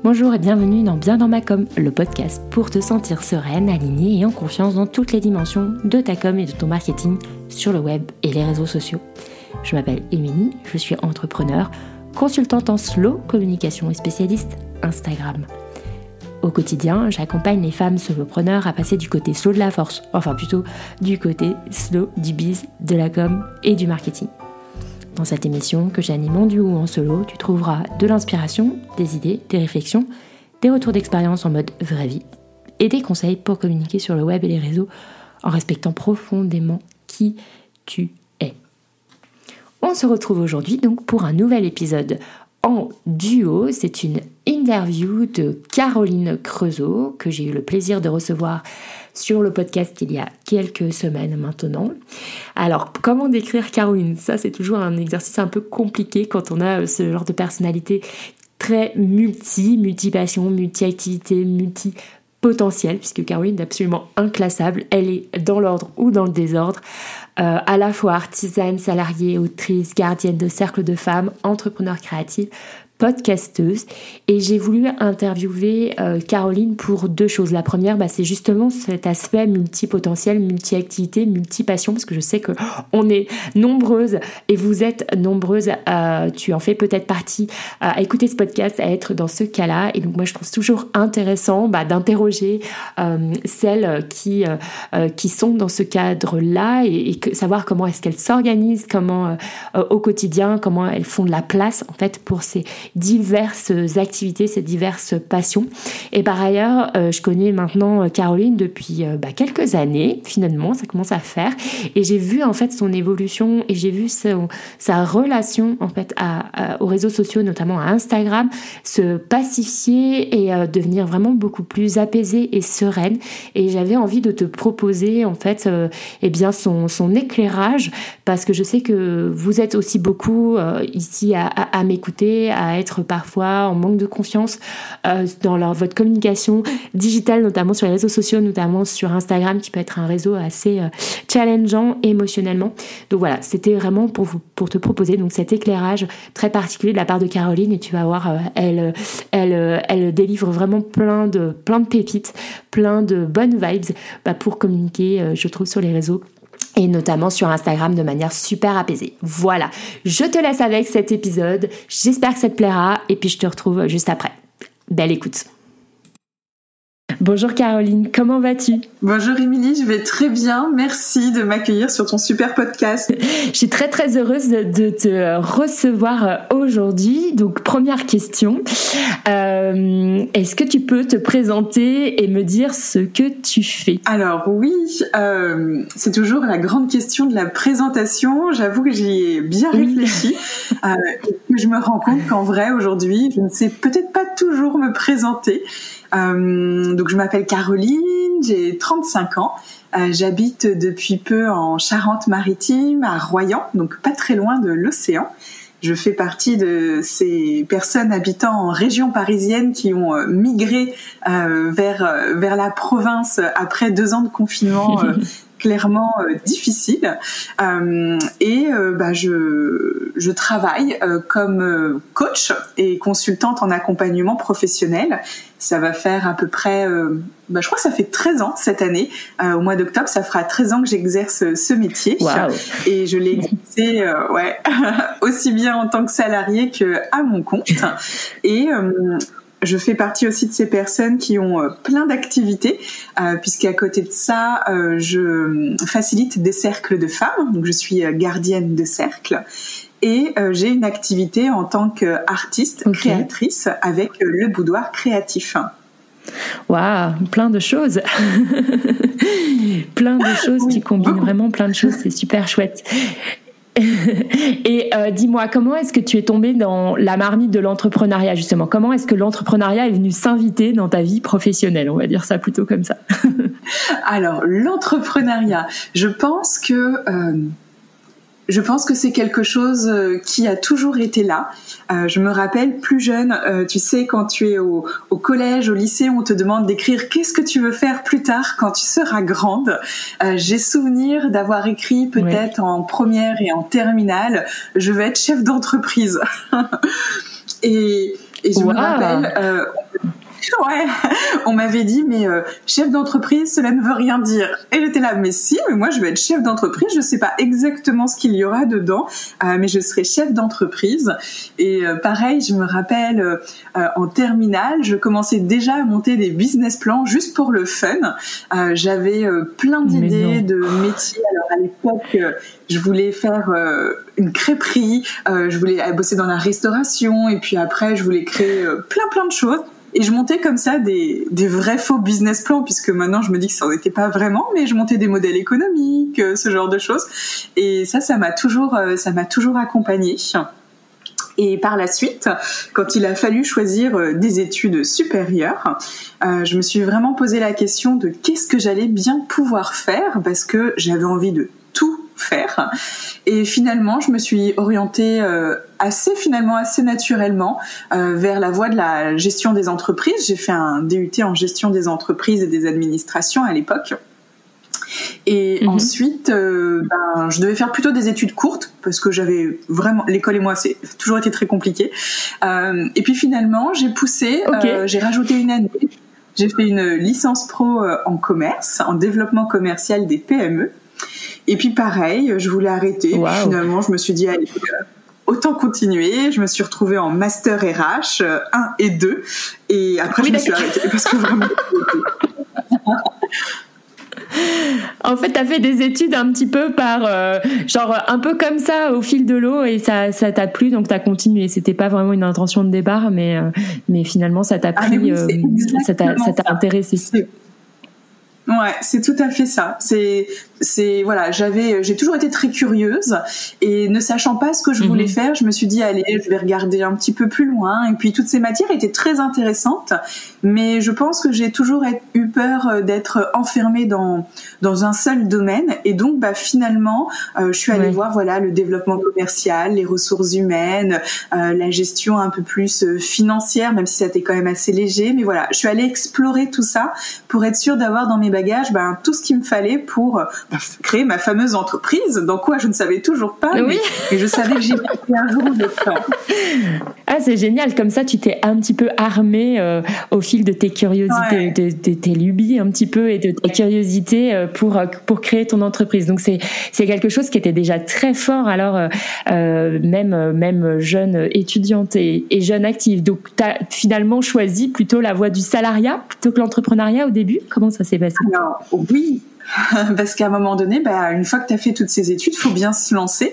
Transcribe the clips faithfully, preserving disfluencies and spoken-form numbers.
Bonjour et bienvenue dans Bien dans ma com, le podcast pour te sentir sereine, alignée et en confiance dans toutes les dimensions de ta com et de ton marketing sur le web et les réseaux sociaux. Je m'appelle Émilie, je suis entrepreneur, consultante en slow communication et spécialiste Instagram. Au quotidien, j'accompagne les femmes solopreneurs à passer du côté slow de la force, enfin plutôt du côté slow du biz, de la com et du marketing. Dans cette émission que j'anime en duo ou en solo, tu trouveras de l'inspiration, des idées, des réflexions, des retours d'expérience en mode vraie vie et des conseils pour communiquer sur le web et les réseaux en respectant profondément qui tu es. On se retrouve aujourd'hui donc pour un nouvel épisode en duo. C'est une interview de Caroline Creusot que j'ai eu le plaisir de recevoir sur le podcast il y a quelques semaines maintenant. Alors, comment décrire Caroline ? Ça, c'est toujours un exercice un peu compliqué quand on a ce genre de personnalité très multi, multi-passion, multi-activité, multi-potentiel, puisque Caroline est absolument inclassable. Elle est dans l'ordre ou dans le désordre, euh, à la fois artisane, salariée, autrice, gardienne de cercle de femmes, entrepreneur créative, podcasteuse, et j'ai voulu interviewer euh, Caroline pour deux choses. La première, bah, c'est justement cet aspect multipotentiel, multi-activité, multi-passion, parce que je sais que on est nombreuses, et vous êtes nombreuses, euh, tu en fais peut-être partie, euh, à écouter ce podcast, à être dans ce cas-là, et donc moi je trouve toujours intéressant bah, d'interroger euh, celles qui, euh, euh, qui sont dans ce cadre-là, et, et que, savoir comment est-ce qu'elles s'organisent, comment euh, au quotidien, comment elles font de la place en fait pour ces diverses activités, ces diverses passions. Et par ailleurs, euh, je connais maintenant Caroline depuis euh, bah, quelques années, finalement, ça commence à faire, et j'ai vu en fait son évolution, et j'ai vu son, sa relation en fait à, à, aux réseaux sociaux, notamment à Instagram, se pacifier et euh, devenir vraiment beaucoup plus apaisée et sereine. Et j'avais envie de te proposer en fait euh, eh bien son, son éclairage, parce que je sais que vous êtes aussi beaucoup euh, ici à, à, à m'écouter, à être parfois en manque de confiance euh, dans leur, votre communication digitale, notamment sur les réseaux sociaux, notamment sur Instagram, qui peut être un réseau assez euh, challengeant émotionnellement. Donc voilà, c'était vraiment pour, vous, pour te proposer donc, cet éclairage très particulier de la part de Caroline, et tu vas voir, euh, elle, elle, elle délivre vraiment plein de, plein de pépites, plein de bonnes vibes bah, pour communiquer, euh, je trouve, sur les réseaux, et notamment sur Instagram de manière super apaisée. Voilà, je te laisse avec cet épisode, j'espère que ça te plaira, et puis je te retrouve juste après. Belle écoute. Bonjour Caroline, comment vas-tu ? Bonjour Émilie, je vais très bien, merci de m'accueillir sur ton super podcast. Je suis très très heureuse de te recevoir aujourd'hui. Donc première question, euh, est-ce que tu peux te présenter et me dire ce que tu fais ? Alors oui, euh, c'est toujours la grande question de la présentation, j'avoue que j'y ai bien réfléchi, euh, mais je me rends compte qu'en vrai aujourd'hui, je ne sais peut-être pas toujours me présenter. Euh, donc je m'appelle Caroline, j'ai trente-cinq ans, euh, j'habite depuis peu en Charente-Maritime, à Royan, donc pas très loin de l'océan. Je fais partie de ces personnes habitant en région parisienne qui ont euh, migré euh, vers euh, vers la province après deux ans de confinement euh, clairement euh, difficile. Euh, et euh, bah, je je travaille euh, comme euh, coach et consultante en accompagnement professionnel. Ça va faire à peu près, euh, bah, je crois que ça fait treize ans cette année. Euh, au mois d'octobre, ça fera treize ans que j'exerce ce métier. Wow. Et je l'ai exercé euh, ouais, aussi bien en tant que salarié qu'à mon compte. Et euh, je fais partie aussi de ces personnes qui ont euh, plein d'activités, euh, puisqu'à côté de ça, euh, je facilite des cercles de femmes. Donc, je suis gardienne de cercle. Et euh, j'ai une activité en tant qu'artiste, okay. créatrice, avec euh, le boudoir créatif. Waouh, plein de choses. plein de choses, oui. Tu combines vraiment plein de choses, c'est super chouette. Et euh, dis-moi, comment est-ce que tu es tombée dans la marmite de l'entrepreneuriat, justement ? Comment est-ce que l'entrepreneuriat est venu s'inviter dans ta vie professionnelle ? On va dire ça plutôt comme ça. Alors, l'entrepreneuriat, je pense que... Euh Je pense que c'est quelque chose qui a toujours été là. Euh, je me rappelle plus jeune, euh, tu sais, quand tu es au, au collège, au lycée, on te demande d'écrire qu'est-ce que tu veux faire plus tard quand tu seras grande. Euh, j'ai souvenir d'avoir écrit peut-être ouais. en première et en terminale, je veux être chef d'entreprise. et, et je wow. me rappelle, euh, on me Ouais, on m'avait dit, mais euh, chef d'entreprise, cela ne veut rien dire. Et j'étais là, mais si, mais moi je vais être chef d'entreprise, je sais pas exactement ce qu'il y aura dedans, euh, mais je serai chef d'entreprise. Et euh, pareil, je me rappelle, euh, en terminale, je commençais déjà à monter des business plans juste pour le fun. Euh, j'avais euh, plein d'idées de métiers. Alors à l'époque, euh, je voulais faire euh, une crêperie, euh, je voulais bosser dans la restauration, et puis après, je voulais créer euh, plein plein de choses. Et je montais comme ça des, des vrais faux business plans, puisque maintenant je me dis que ça n'en était pas vraiment, mais je montais des modèles économiques, ce genre de choses. Et ça, ça m'a toujours, ça m'a toujours accompagnée. Et par la suite, quand il a fallu choisir des études supérieures, euh, je me suis vraiment posé la question de qu'est-ce que j'allais bien pouvoir faire, parce que j'avais envie de tout faire. Et finalement, je me suis orientée euh, assez finalement assez naturellement euh, vers la voie de la gestion des entreprises. J'ai fait un D U T en gestion des entreprises et des administrations à l'époque. Et mmh. ensuite, euh, ben, je devais faire plutôt des études courtes parce que j'avais vraiment l'école et moi, c'est toujours été très compliqué. Euh, et puis finalement, j'ai poussé, okay. euh, j'ai rajouté une année. J'ai fait une licence pro en commerce, en développement commercial des P M E. Et puis pareil, je voulais arrêter. Wow. Puis finalement, je me suis dit, allez, euh, autant continuer. Je me suis retrouvée en master R H euh, un et deux. Et après, oui, je me suis arrêtée parce que vraiment... En fait, t'as fait des études un petit peu par, euh, genre un peu comme ça au fil de l'eau, et ça, ça t'a plu, donc t'as continué. C'était pas vraiment une intention de départ, mais, euh, mais finalement ça t'a plu, ah, oui, euh, ça t'a, ça t'a intéressé. C'est... Ouais, c'est tout à fait ça. C'est, c'est voilà, j'avais, j'ai toujours été très curieuse, et ne sachant pas ce que je voulais mmh. faire, je me suis dit allez, je vais regarder un petit peu plus loin. Et puis toutes ces matières étaient très intéressantes, mais je pense que j'ai toujours eu peur d'être enfermée dans dans un seul domaine, et donc bah finalement, euh, je suis allée ouais. voir voilà le développement commercial, les ressources humaines, euh, la gestion un peu plus financière, même si ça était quand même assez léger. Mais voilà, je suis allée explorer tout ça pour être sûre d'avoir dans mes bagages ben tout ce qu'il me fallait pour créer ma fameuse entreprise, dans quoi je ne savais toujours pas, oui. mais, mais je savais que j'y allais un jour ou l'autre. Ah, c'est génial, comme ça tu t'es un petit peu armée euh, au fil de tes curiosités, ouais. de, de, de tes lubies un petit peu, et de tes curiosités pour, pour créer ton entreprise. Donc c'est, c'est quelque chose qui était déjà très fort, alors euh, même, même jeune étudiante et, et jeune active. Donc tu as finalement choisi plutôt la voie du salariat plutôt que l'entrepreneuriat au début. Comment ça s'est passé? Alors, oui, parce qu'à un moment donné, bah, une fois que tu as fait toutes ces études, il faut bien se lancer.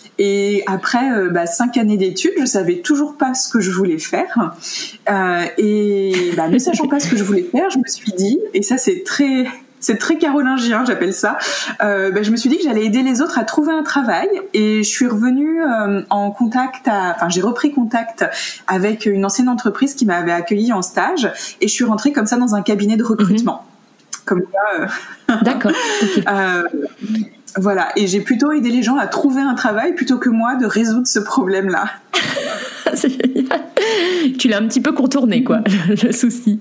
Et après euh, bah, cinq années d'études, je savais toujours pas ce que je voulais faire. Euh, et bah, ne sachant pas ce que je voulais faire, je me suis dit, et ça c'est très... c'est très carolingien, j'appelle ça. Euh, ben, je me suis dit que j'allais aider les autres à trouver un travail, et je suis revenue euh, en contact, à, enfin j'ai repris contact avec une ancienne entreprise qui m'avait accueillie en stage, et je suis rentrée comme ça dans un cabinet de recrutement. Mmh. Comme ça. Euh... D'accord. Okay. euh, voilà, et j'ai plutôt aidé les gens à trouver un travail plutôt que moi de résoudre ce problème-là. C'est génial. Tu l'as un petit peu contourné, quoi, le, le souci.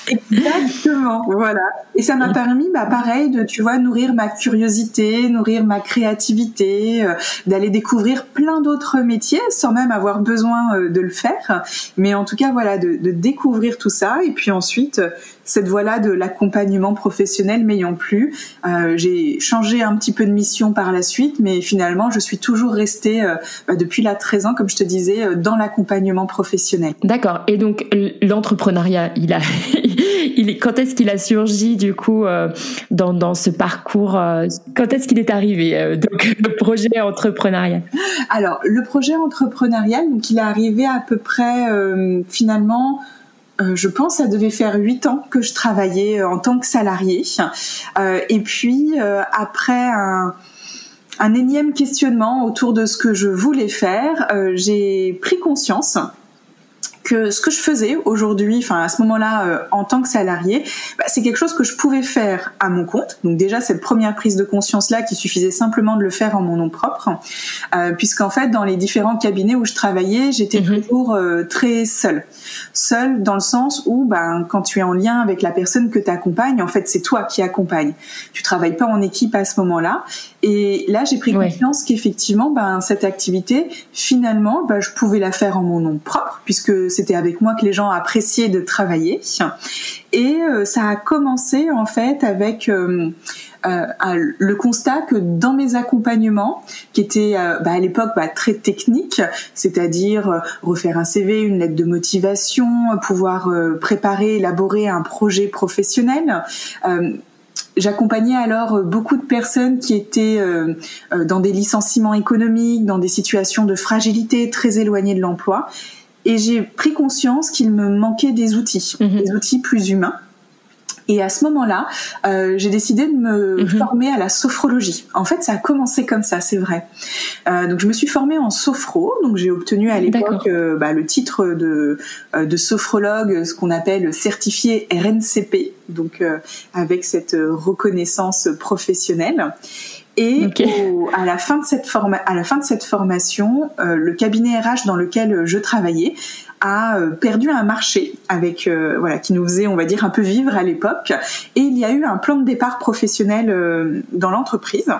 Exactement, voilà. Et ça m'a permis, bah, pareil, de, tu vois, nourrir ma curiosité, nourrir ma créativité, euh, d'aller découvrir plein d'autres métiers sans même avoir besoin euh, de le faire. Mais en tout cas, voilà, de, de découvrir tout ça. Et puis ensuite, cette voie-là de l'accompagnement professionnel m'ayant plu, euh, j'ai changé un petit peu de mission par la suite, mais finalement, je suis toujours restée, euh, bah, depuis là treize ans, comme je te disais, euh, dans l'accompagnement professionnel. D'accord. Et donc, l'entrepreneuriat, il a, il est, quand est-ce qu'il a surgi, du coup, euh, dans, dans ce parcours, euh, quand est-ce qu'il est arrivé, euh, donc, le projet entrepreneurial? Alors, le projet entrepreneurial, donc, il est arrivé à peu près, euh, finalement, Euh, je pense que ça devait faire huit ans que je travaillais en tant que salariée. Euh, et puis, euh, après un, un énième questionnement autour de ce que je voulais faire, euh, j'ai pris conscience que ce que je faisais aujourd'hui, enfin à ce moment-là, euh, en tant que salarié, bah, c'est quelque chose que je pouvais faire à mon compte. Donc déjà cette première prise de conscience-là, qu'il suffisait simplement de le faire en mon nom propre, euh, puisqu'en fait dans les différents cabinets où je travaillais, j'étais mmh. toujours euh, très seule. Seule dans le sens où, ben quand tu es en lien avec la personne que tu accompagnes, en fait c'est toi qui accompagnes. Tu travailles pas en équipe à ce moment-là. Et là j'ai pris ouais. conscience qu'effectivement, ben cette activité, finalement, ben je pouvais la faire en mon nom propre, puisque c'était avec moi que les gens appréciaient de travailler. Et euh, ça a commencé en fait avec euh, euh, le constat que dans mes accompagnements, qui étaient euh, bah, à l'époque bah, très techniques, c'est-à-dire euh, refaire un C V, une lettre de motivation, pouvoir euh, préparer, élaborer un projet professionnel, euh, j'accompagnais alors beaucoup de personnes qui étaient euh, dans des licenciements économiques, dans des situations de fragilité très éloignées de l'emploi. Et j'ai pris conscience qu'il me manquait des outils, mmh. des outils plus humains. Et à ce moment-là, euh, j'ai décidé de me mmh. former à la sophrologie. En fait, ça a commencé comme ça, c'est vrai. Euh, donc, je me suis formée en sophro. Donc, j'ai obtenu à l'époque euh, bah, le titre de, euh, de sophrologue, ce qu'on appelle certifié R N C P. Donc, euh, avec cette reconnaissance professionnelle. Et okay. au, à la fin de cette forma- à la fin de cette formation, euh, le cabinet R H dans lequel je travaillais a euh, perdu un marché avec euh, voilà qui nous faisait, on va dire, un peu vivre à l'époque. Et il y a eu un plan de départ professionnel euh, dans l'entreprise.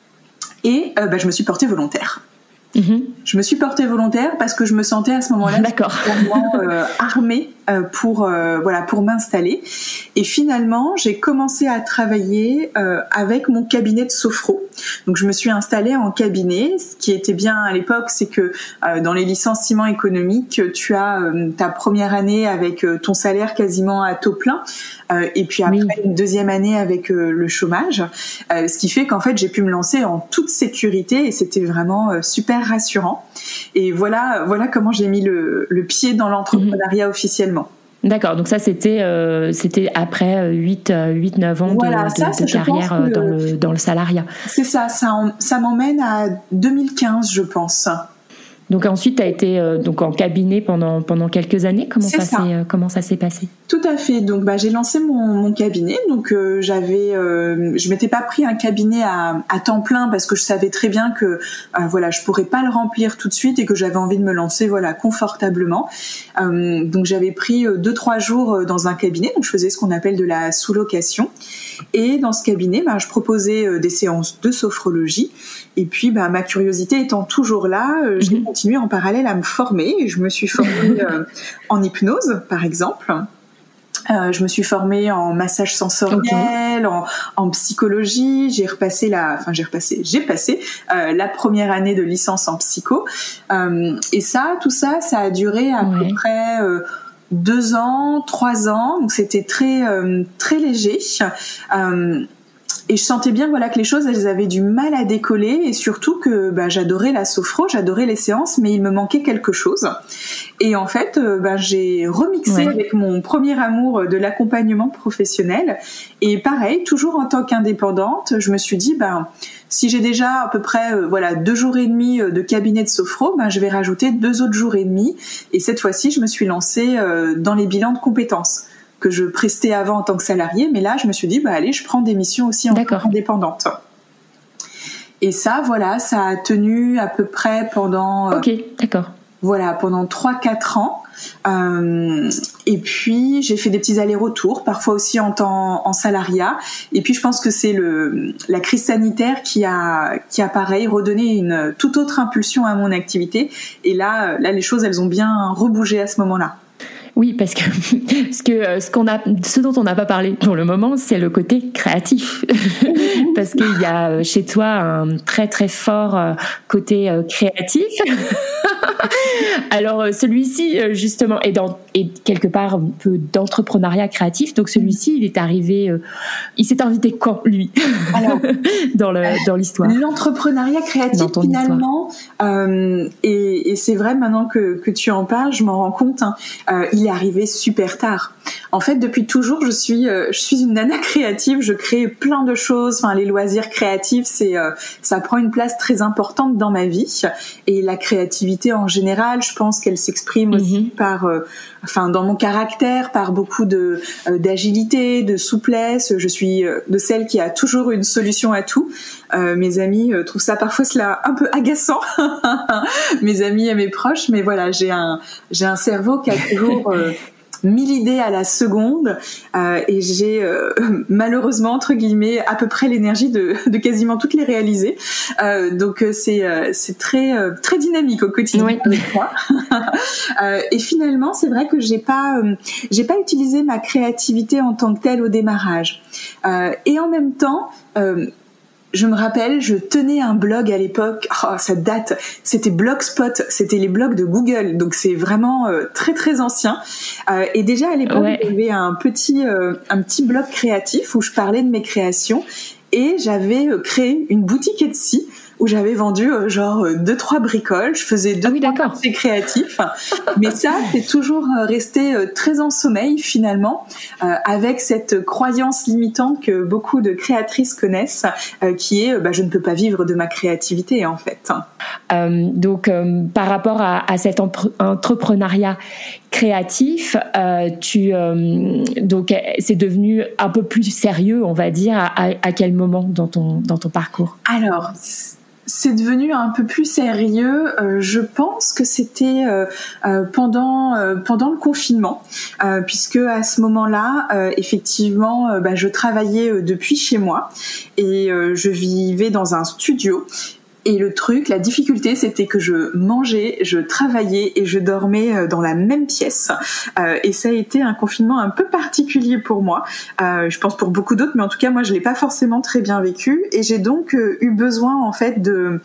Et euh, bah, je me suis portée volontaire. Mmh. Je me suis portée volontaire parce que je me sentais à ce moment-là vraiment euh, armée euh, pour euh, voilà pour m'installer. Et finalement, j'ai commencé à travailler euh, avec mon cabinet de sophro. Donc, je me suis installée en cabinet. Ce qui était bien à l'époque, c'est que euh, dans les licenciements économiques, tu as euh, ta première année avec euh, ton salaire quasiment à taux plein, euh, et puis après oui. une deuxième année avec euh, le chômage. Euh, ce qui fait qu'en fait, j'ai pu me lancer en toute sécurité et c'était vraiment euh, super rassurant. Et voilà, voilà comment j'ai mis le, le pied dans l'entrepreneuriat mmh. officiellement. D'accord, donc ça c'était euh, c'était après huit neuf ans voilà, de, ça, de, de carrière que, dans le dans le salariat. C'est ça, ça, en, ça m'emmène à deux mille quinze, je pense. Donc ensuite, tu as été euh, donc en cabinet pendant pendant quelques années. Comment ça, ça. s'est euh, comment ça s'est passé? Tout à fait. Donc bah j'ai lancé mon mon cabinet. Donc euh, j'avais euh, je m'étais pas pris un cabinet à à temps plein parce que je savais très bien que euh, voilà je pourrais pas le remplir tout de suite et que j'avais envie de me lancer voilà confortablement. Euh, donc j'avais pris euh, deux trois jours dans un cabinet. Donc je faisais ce qu'on appelle de la sous-location. Et dans ce cabinet, bah, je proposais euh, des séances de sophrologie. Et puis, bah, ma curiosité étant toujours là, euh, j'ai mmh. continué en parallèle à me former. Et je me suis formée euh, en hypnose, par exemple. Euh, je me suis formée en massage sensoriel, okay. en, en psychologie. J'ai repassé la, enfin j'ai repassé, j'ai passé euh, la première année de licence en psycho. Euh, et ça, tout ça, ça a duré à ouais. peu près euh, deux ans, trois ans. Donc c'était très euh, très léger. Euh, Et je sentais bien voilà que les choses elles avaient du mal à décoller et surtout que bah, j'adorais la sophro, j'adorais les séances, mais il me manquait quelque chose. Et en fait, euh, bah, j'ai remixé ouais. avec mon premier amour de l'accompagnement professionnel. Et pareil, toujours en tant qu'indépendante, je me suis dit bah si j'ai déjà à peu près euh, voilà deux jours et demi de cabinet de sophro, bah, je vais rajouter deux autres jours et demi. Et cette fois-ci, je me suis lancée euh, dans les bilans de compétences que je prestais avant en tant que salariée, mais là, je me suis dit, bah allez, je prends des missions aussi en tant qu'indépendante. Et ça, voilà, ça a tenu à peu près pendant... Ok, d'accord. Voilà, pendant trois quatre ans. Euh, et puis, j'ai fait des petits allers-retours, parfois aussi en temps en salariat. Et puis, je pense que c'est le la crise sanitaire qui a, qui a pareil, redonné une toute autre impulsion à mon activité. Et là, là, les choses, elles ont bien rebougé à ce moment-là. Oui, parce que ce que ce qu'on a, ce dont on n'a pas parlé pour le moment, c'est le côté créatif, parce qu'il y a chez toi un très très fort côté créatif. Alors celui-ci justement est dans est quelque part un peu d'entrepreneuriat créatif. Donc celui-ci, il est arrivé, euh, il s'est invité quand lui Alors, dans le dans l'histoire. L'entrepreneuriat créatif finalement, euh, et, et c'est vrai maintenant que que tu en parles, je m'en rends compte. Hein, euh, il est arrivé super tard. En fait, depuis toujours, je suis euh, je suis une nana créative. Je crée plein de choses. Enfin, les loisirs créatifs, c'est euh, ça prend une place très importante dans ma vie. Et la créativité en général, je pense qu'elle s'exprime mm-hmm. aussi par, euh, enfin, dans mon caractère, par beaucoup de euh, d'agilité, de souplesse. Je suis euh, de celle qui a toujours une solution à tout. Euh, mes amis euh, trouvent ça parfois cela un peu agaçant, mes amis et mes proches. Mais voilà, j'ai un j'ai un cerveau qui a toujours euh, mille idées à la seconde euh, et j'ai euh, malheureusement entre guillemets à peu près l'énergie de, de quasiment toutes les réaliser. Euh, donc c'est euh, c'est très euh, très dynamique au quotidien oui. avec moi. euh, et finalement, c'est vrai que j'ai pas euh, j'ai pas utilisé ma créativité en tant que telle au démarrage. Euh, et en même temps, euh, je me rappelle, je tenais un blog à l'époque, oh, ça date, c'était Blogspot, c'était les blogs de Google, donc c'est vraiment euh, très très ancien. Euh, et déjà à l'époque, ouais. j'avais un petit euh, un petit blog créatif où je parlais de mes créations et j'avais euh, créé une boutique Etsy où j'avais vendu euh, genre euh, deux trois bricoles, je faisais deux ah oui, trois marchés créatifs, mais ça c'est toujours euh, resté euh, très en sommeil finalement, euh, avec cette croyance limitante que beaucoup de créatrices connaissent, euh, qui est euh, bah, je ne peux pas vivre de ma créativité en fait. Euh, donc euh, par rapport à, à cet empre- entrepreneuriat créatif, euh, tu euh, donc c'est devenu un peu plus sérieux, on va dire, à, à quel moment dans ton dans ton parcours? Alors c'est devenu un peu plus sérieux. Euh, je pense que c'était euh, euh, pendant euh, pendant le confinement, euh, puisque à ce moment-là, euh, effectivement, euh, bah, je travaillais euh, depuis chez moi et euh, je vivais dans un studio. Et le truc, la difficulté, c'était que je mangeais, je travaillais et je dormais dans la même pièce. Euh, et ça a été un confinement un peu particulier pour moi. Euh, je pense pour beaucoup d'autres, mais en tout cas, moi, je l'ai pas forcément très bien vécu. Et j'ai donc euh, eu besoin, en fait, de...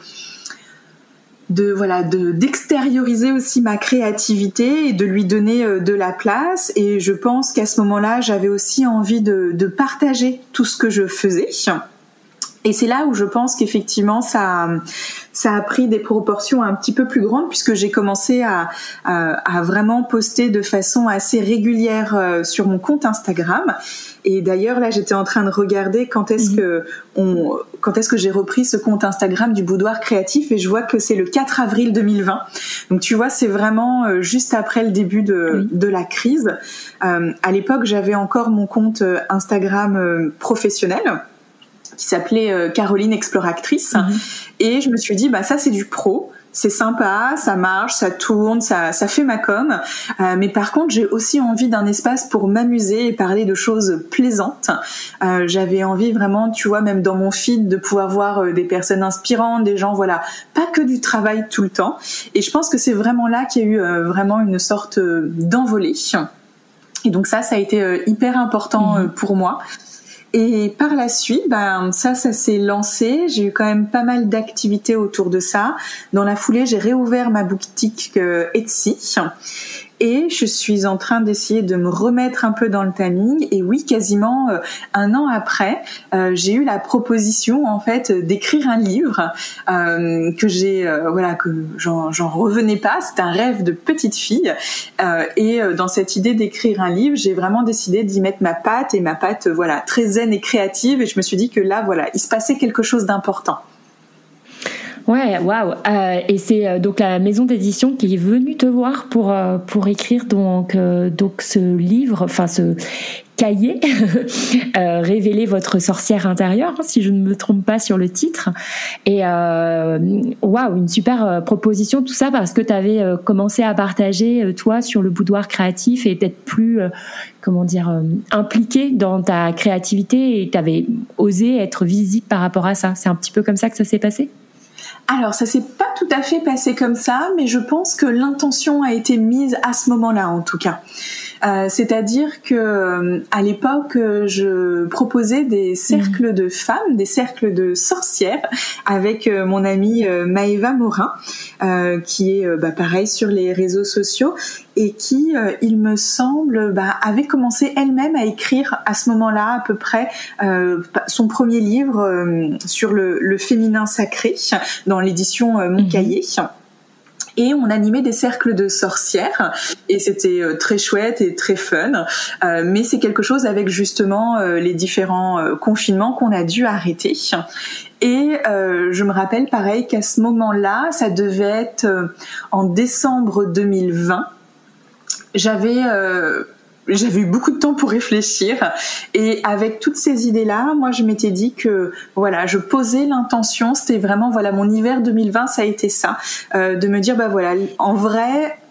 de voilà de d'extérioriser aussi ma créativité et de lui donner euh, de la place. Et je pense qu'à ce moment-là, j'avais aussi envie de, de partager tout ce que je faisais. Et c'est là où je pense qu'effectivement ça ça a pris des proportions un petit peu plus grandes, puisque j'ai commencé à à, à vraiment poster de façon assez régulière euh, sur mon compte Instagram. Et d'ailleurs là, j'étais en train de regarder quand est-ce mmh. que on quand est-ce que j'ai repris ce compte Instagram du Boudoir Créatif, et je vois que c'est le quatre avril deux mille vingt. Donc tu vois, c'est vraiment euh, juste après le début de mmh. de la crise. Euh, à l'époque, j'avais encore mon compte Instagram euh, professionnel, qui s'appelait euh, Caroline Exploratrice. Mmh. Et je me suis dit, bah ça c'est du pro, c'est sympa, ça marche, ça tourne, ça, ça fait ma com. Euh, mais par contre, j'ai aussi envie d'un espace pour m'amuser et parler de choses plaisantes. Euh, j'avais envie vraiment, tu vois, même dans mon feed, de pouvoir voir euh, des personnes inspirantes, des gens, voilà, pas que du travail tout le temps. Et je pense que c'est vraiment là qu'il y a eu euh, vraiment une sorte euh, d'envolée. Et donc ça, ça a été euh, hyper important euh, pour moi. Et par la suite, ben ça, ça s'est lancé. J'ai eu quand même pas mal d'activités autour de ça. Dans la foulée, j'ai réouvert ma boutique euh, Etsy. Et je suis en train d'essayer de me remettre un peu dans le timing. Et oui, quasiment euh, un an après, euh, j'ai eu la proposition en fait d'écrire un livre euh, que j'ai, euh, voilà, que j'en, j'en revenais pas. C'était un rêve de petite fille. Euh, et euh, dans cette idée d'écrire un livre, j'ai vraiment décidé d'y mettre ma patte et ma patte, euh, voilà, très zen et créative. Et je me suis dit que là, voilà, il se passait quelque chose d'important. Ouais, waouh. Euh, et c'est euh, donc la maison d'édition qui est venue te voir pour euh, pour écrire donc euh, donc ce livre, enfin ce cahier, euh, révéler votre sorcière intérieure, si je ne me trompe pas sur le titre. Et euh, waouh, une super euh, proposition, tout ça parce que tu avais euh, commencé à partager euh, toi sur le Boudoir Créatif et peut-être plus euh, comment dire euh, impliqué dans ta créativité, et tu avais osé être visible par rapport à ça. C'est un petit peu comme ça que ça s'est passé? Alors, ça s'est pas tout à fait passé comme ça, mais je pense que l'intention a été mise à ce moment-là, en tout cas. Euh, c'est-à-dire que euh, à l'époque, je proposais des cercles mmh. de femmes, des cercles de sorcières, avec euh, mon amie euh, Maëva Morin, euh, qui est euh, bah, pareil sur les réseaux sociaux, et qui, euh, il me semble, bah, avait commencé elle-même à écrire à ce moment-là à peu près euh, son premier livre euh, sur le, le féminin sacré dans l'édition euh, Mon mmh. Cahier. Et on animait des cercles de sorcières et c'était euh, très chouette et très fun. Euh, mais c'est quelque chose avec justement euh, les différents euh, confinements qu'on a dû arrêter. Et euh, je me rappelle pareil qu'à ce moment-là, ça devait être euh, en décembre deux mille vingt. J'avais euh, J'avais eu beaucoup de temps pour réfléchir, et avec toutes ces idées-là, moi je m'étais dit que voilà, je posais l'intention, c'était vraiment voilà mon hiver deux mille vingt, ça a été ça, euh, de me dire bah voilà, en vrai,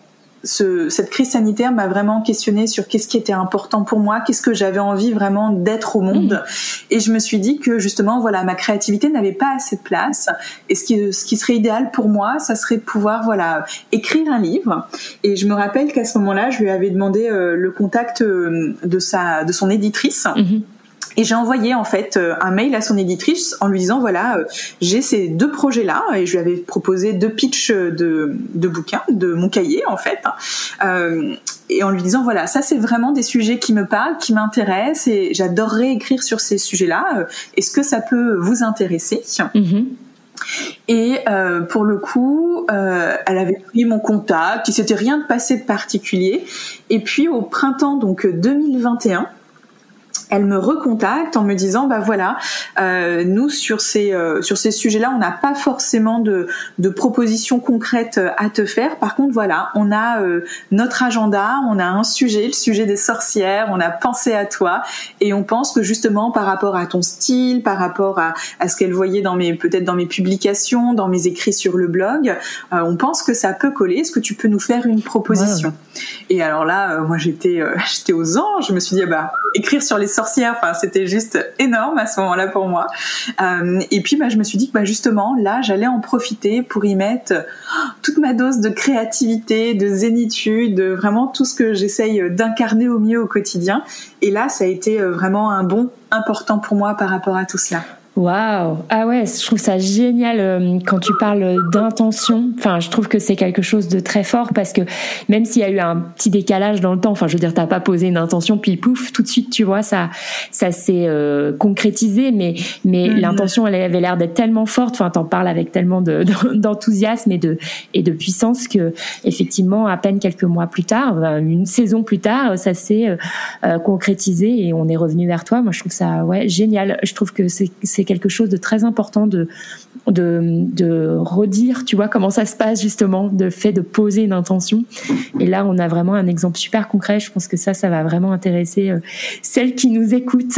ce, cette crise sanitaire m'a vraiment questionnée sur qu'est-ce qui était important pour moi, qu'est-ce que j'avais envie vraiment d'être au monde. Mmh. Et je me suis dit que justement, voilà, ma créativité n'avait pas assez de place. Et ce qui, ce qui serait idéal pour moi, ça serait de pouvoir, voilà, écrire un livre. Et je me rappelle qu'à ce moment-là, je lui avais demandé euh, le contact euh, de sa, de son éditrice. Mmh. Et j'ai envoyé en fait un mail à son éditrice en lui disant voilà, j'ai ces deux projets-là, et je lui avais proposé deux pitchs de, de bouquins, de mon cahier en fait, euh, et en lui disant voilà, ça c'est vraiment des sujets qui me parlent, qui m'intéressent, et j'adorerais écrire sur ces sujets-là. Est-ce que ça peut vous intéresser ? Mm-hmm. Et euh, pour le coup, euh, elle avait pris mon contact, il s'était rien de passé de particulier. Et puis au printemps donc deux mille vingt et un, elle me recontacte en me disant bah voilà, euh, nous sur ces euh, sur ces sujets-là, on n'a pas forcément de de propositions concrètes à te faire. Par contre voilà, on a euh, notre agenda, on a un sujet, le sujet des sorcières, on a pensé à toi, et on pense que justement par rapport à ton style, par rapport à à ce qu'elle voyait dans mes peut-être dans mes publications, dans mes écrits sur le blog, euh, on pense que ça peut coller. Est-ce que tu peux nous faire une proposition ? Wow. Et alors là, euh, moi j'étais euh, j'étais aux anges. Je me suis dit ah bah écrire sur les sorcières, enfin c'était juste énorme à ce moment-là pour moi. Euh, et puis bah je me suis dit que bah justement là j'allais en profiter pour y mettre toute ma dose de créativité, de zénitude, de vraiment tout ce que j'essaye d'incarner au mieux au quotidien. Et là ça a été vraiment un bond important pour moi par rapport à tout cela. Waouh! Ah ouais, je trouve ça génial euh, quand tu parles d'intention. Enfin, je trouve que c'est quelque chose de très fort parce que même s'il y a eu un petit décalage dans le temps, enfin, je veux dire, t'as pas posé une intention puis pouf, tout de suite, tu vois, ça, ça s'est euh, concrétisé. Mais, mais mm-hmm. l'intention, elle avait l'air d'être tellement forte. Enfin, t'en parles avec tellement de, d'enthousiasme et de et de puissance que, effectivement, à peine quelques mois plus tard, une saison plus tard, ça s'est euh, concrétisé et on est revenu vers toi. Moi, je trouve ça ouais génial. Je trouve que c'est c'est quelque chose de très important de, de, de redire, tu vois, comment ça se passe justement, de fait de poser une intention. Et là, on a vraiment un exemple super concret. Je pense que ça, ça va vraiment intéresser euh, celles qui nous écoutent,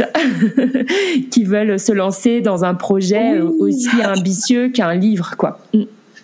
qui veulent se lancer dans un projet oui. aussi ambitieux qu'un livre, quoi. Mm.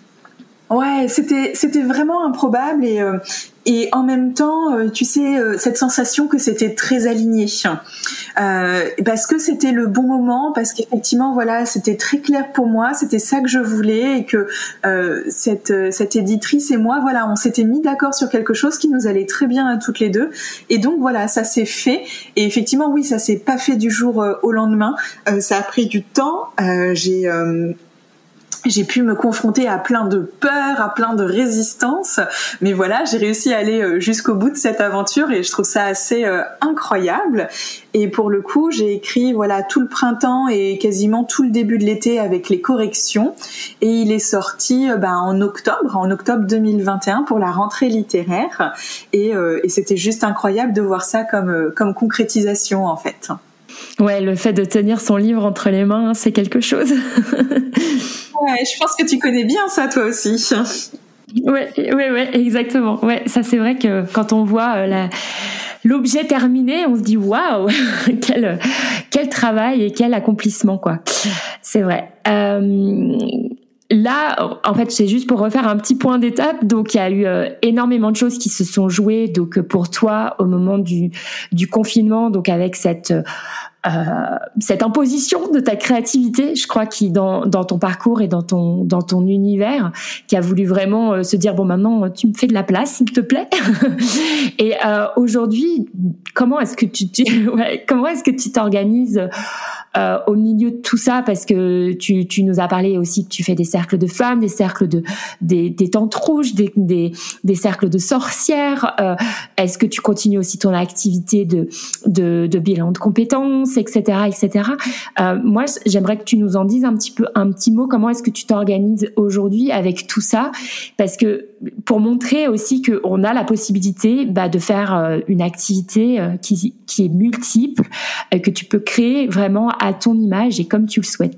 Ouais, c'était c'était vraiment improbable et euh, et en même temps, euh, tu sais, euh, cette sensation que c'était très aligné, euh, parce que c'était le bon moment, parce qu'effectivement, voilà, c'était très clair pour moi, c'était ça que je voulais, et que euh, cette cette éditrice et moi, voilà, on s'était mis d'accord sur quelque chose qui nous allait très bien à toutes les deux, et donc voilà, ça s'est fait. Et effectivement, oui, ça s'est pas fait du jour euh, au lendemain, euh, ça a pris du temps. Euh, j'ai euh, J'ai pu me confronter à plein de peurs, à plein de résistances, mais voilà, j'ai réussi à aller jusqu'au bout de cette aventure et je trouve ça assez euh, incroyable. Et pour le coup, j'ai écrit voilà tout le printemps et quasiment tout le début de l'été avec les corrections, et il est sorti euh, ben, en octobre, en octobre deux mille vingt et un pour la rentrée littéraire, et, euh, et c'était juste incroyable de voir ça comme euh, comme concrétisation en fait. Ouais, le fait de tenir son livre entre les mains, c'est quelque chose. Ouais, je pense que tu connais bien ça toi aussi. Ouais, ouais, ouais, exactement. Ouais, ça c'est vrai que quand on voit euh, la, l'objet terminé, on se dit waouh, quel quel travail et quel accomplissement quoi. C'est vrai. Euh, Là, en fait, c'est juste pour refaire un petit point d'étape. Donc, il y a eu euh, énormément de choses qui se sont jouées. Donc, pour toi, au moment du du confinement, donc avec cette euh, cette imposition de ta créativité, je crois, qui dans dans ton parcours et dans ton dans ton univers, qui a voulu vraiment euh, se dire bon, maintenant, tu me fais de la place, s'il te plaît. Et euh, aujourd'hui, comment est-ce que tu, tu ouais, comment est-ce que tu t'organises Euh, au milieu de tout ça, parce que tu, tu nous as parlé aussi que tu fais des cercles de femmes, des cercles de des, des tantes rouges, des, des, des cercles de sorcières. Euh, est-ce que tu continues aussi ton activité de de, de bilan de compétences, et cetera, et cetera. Euh, moi, j'aimerais que tu nous en dises un petit peu, un petit mot. Comment est-ce que tu t'organises aujourd'hui avec tout ça? Parce que pour montrer aussi que on a la possibilité bah, de faire euh, une activité euh, qui qui est multiple, euh, que tu peux créer vraiment à ton image et comme tu le souhaites.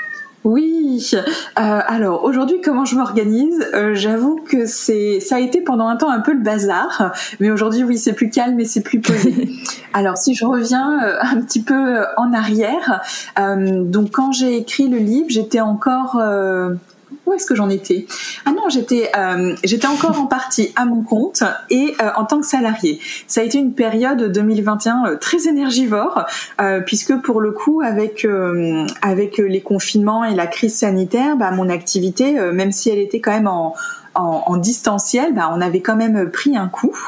Oui. Euh, alors aujourd'hui, comment je m'organise ? euh, J'avoue que c'est, ça a été pendant un temps un peu le bazar, mais aujourd'hui, oui, c'est plus calme et c'est plus posé. Alors si je reviens euh, un petit peu en arrière, euh, donc quand j'ai écrit le livre, j'étais encore euh, où est-ce que j'en étais ? Ah non, j'étais, euh, j'étais encore en partie à mon compte et euh, en tant que salariée. Ça a été une période deux mille vingt et un euh, très énergivore, euh, puisque pour le coup, avec euh, avec les confinements et la crise sanitaire, bah, mon activité, euh, même si elle était quand même en En, en distanciel, bah, on avait quand même pris un coup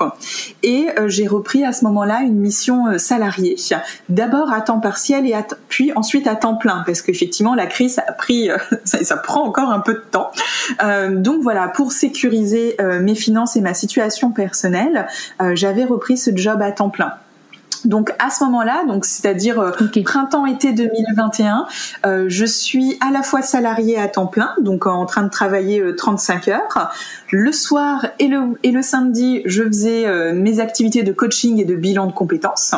et euh, j'ai repris à ce moment-là une mission euh, salariée, d'abord à temps partiel et à t- puis ensuite à temps plein, parce qu'effectivement la crise ça a pris, euh, ça, ça prend encore un peu de temps. Euh, donc voilà, pour sécuriser euh, mes finances et ma situation personnelle, euh, j'avais repris ce job à temps plein. Donc à ce moment-là, donc c'est-à-dire euh, okay. printemps-été deux mille vingt et un, euh, je suis à la fois salariée à temps plein, donc en train de travailler euh, trente-cinq heures. Le soir et le et le samedi, je faisais euh, mes activités de coaching et de bilan de compétences.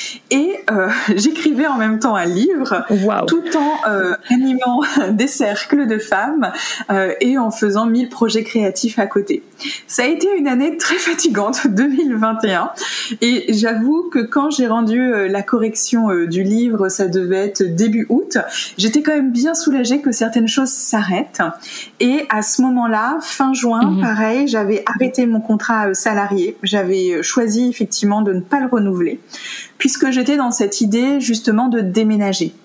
Et euh, j'écrivais en même temps un livre, wow. tout en euh, animant des cercles de femmes euh, et en faisant mille projets créatifs à côté. Ça a été une année très fatigante, deux mille vingt et un, et j'avoue que quand j'ai rendu euh, la correction euh, du livre, ça devait être début août, j'étais quand même bien soulagée que certaines choses s'arrêtent. Et à ce moment-là, fin juin, mmh. pareil, j'avais arrêté mon contrat euh, salarié. J'avais choisi effectivement de ne pas le renouveler, puisque j'étais dans cette idée justement de déménager.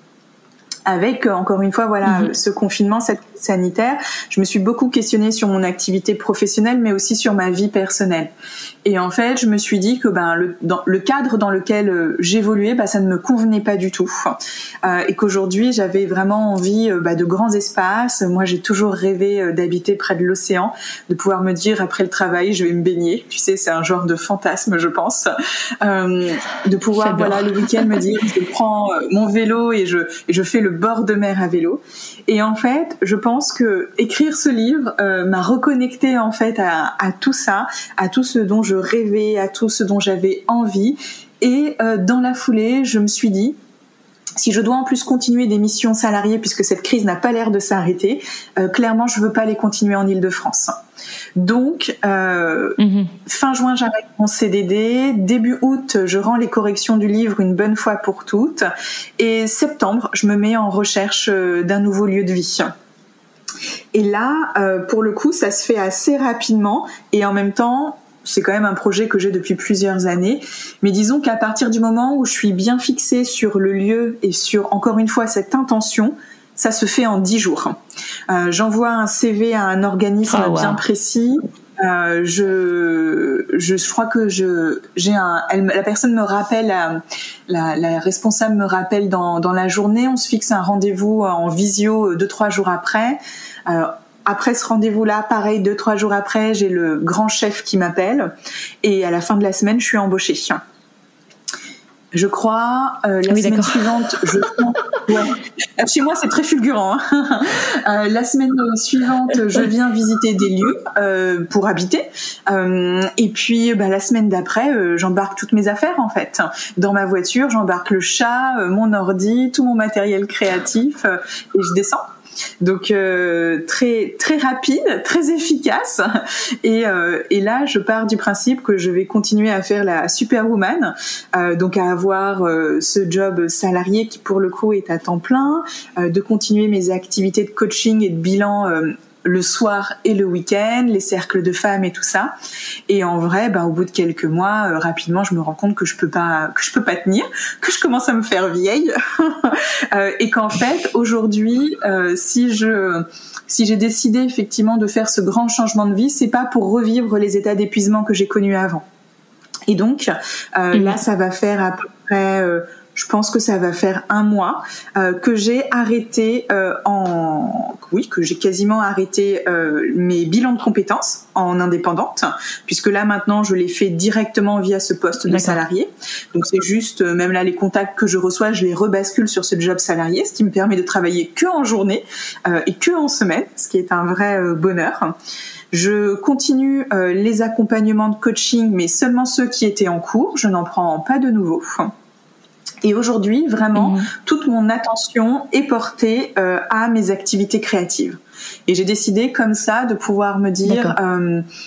Avec, encore une fois, voilà, mmh. ce confinement, cette crise sanitaire, je me suis beaucoup questionnée sur mon activité professionnelle, mais aussi sur ma vie personnelle. Et en fait, je me suis dit que ben le, dans, le cadre dans lequel euh, j'évoluais, ben, ça ne me convenait pas du tout, euh, et qu'aujourd'hui, j'avais vraiment envie euh, ben, de grands espaces. Moi, j'ai toujours rêvé euh, d'habiter près de l'océan, de pouvoir me dire après le travail, je vais me baigner. Tu sais, c'est un genre de fantasme, je pense, euh, de pouvoir, J'adore. voilà, le week-end me dire, je prends euh, mon vélo et je et je fais le bord de mer à vélo. Et en fait, je pense que écrire ce livre euh, m'a reconnecté en fait à, à tout ça, à tout ce dont je rêvais, à tout ce dont j'avais envie. Et euh, dans la foulée, je me suis dit, si je dois en plus continuer des missions salariées, puisque cette crise n'a pas l'air de s'arrêter, euh, clairement, je veux pas les continuer en Île-de-France. Donc, euh, mmh. fin juin, j'arrête mon C D D. Début août, je rends les corrections du livre une bonne fois pour toutes. Et septembre, je me mets en recherche d'un nouveau lieu de vie. Et là, euh, pour le coup, ça se fait assez rapidement. Et en même temps, c'est quand même un projet que j'ai depuis plusieurs années. Mais disons qu'à partir du moment où je suis bien fixée sur le lieu et sur, encore une fois, cette intention, ça se fait en dix jours. Euh, j'envoie un C V à un organisme oh, wow. bien précis. Euh, je, je, je crois que je, j'ai un, elle, la personne me rappelle, la, la, la responsable me rappelle dans, dans la journée. On se fixe un rendez-vous en visio deux, trois jours après. Euh, Après ce rendez-vous-là, pareil, deux, trois jours après, j'ai le grand chef qui m'appelle. Et à la fin de la semaine, je suis embauchée. Je crois, euh, la oui, semaine d'accord. suivante, je... ouais. Chez moi, c'est très fulgurant. Hein. Euh, la semaine suivante, je viens visiter des lieux euh, pour habiter. Euh, et puis, bah, la semaine d'après, euh, j'embarque toutes mes affaires, en fait. Dans ma voiture, j'embarque le chat, euh, mon ordi, tout mon matériel créatif, euh, et je descends. Donc euh, très très rapide, très efficace, et euh, et là je pars du principe que je vais continuer à faire la superwoman, euh, donc à avoir euh, ce job salarié qui pour le coup est à temps plein, euh, de continuer mes activités de coaching et de bilan euh, le soir et le week-end, les cercles de femmes et tout ça. Et en vrai, bah, au bout de quelques mois, euh, rapidement, je me rends compte que je peux pas, que je peux pas tenir, que je commence à me faire vieille, euh, et qu'en fait, aujourd'hui, euh, si je, si j'ai décidé effectivement de faire ce grand changement de vie, c'est pas pour revivre les états d'épuisement que j'ai connus avant. Et donc, euh, mmh. là, ça va faire à peu près. Euh, Je pense que ça va faire un mois euh, que j'ai arrêté euh, en oui que j'ai quasiment arrêté euh, mes bilans de compétences en indépendante, puisque là maintenant je les fais directement via ce poste de D'accord. salarié. Donc c'est juste euh, même là les contacts que je reçois, je les rebascule sur ce job salarié, ce qui me permet de travailler que en journée euh, et que en semaine, ce qui est un vrai euh, bonheur. Je continue euh, les accompagnements de coaching, mais seulement ceux qui étaient en cours. Je n'en prends pas de nouveaux. Et aujourd'hui, vraiment, mmh. toute mon attention est portée euh, à mes activités créatives. Et j'ai décidé comme ça de pouvoir me dire, euh,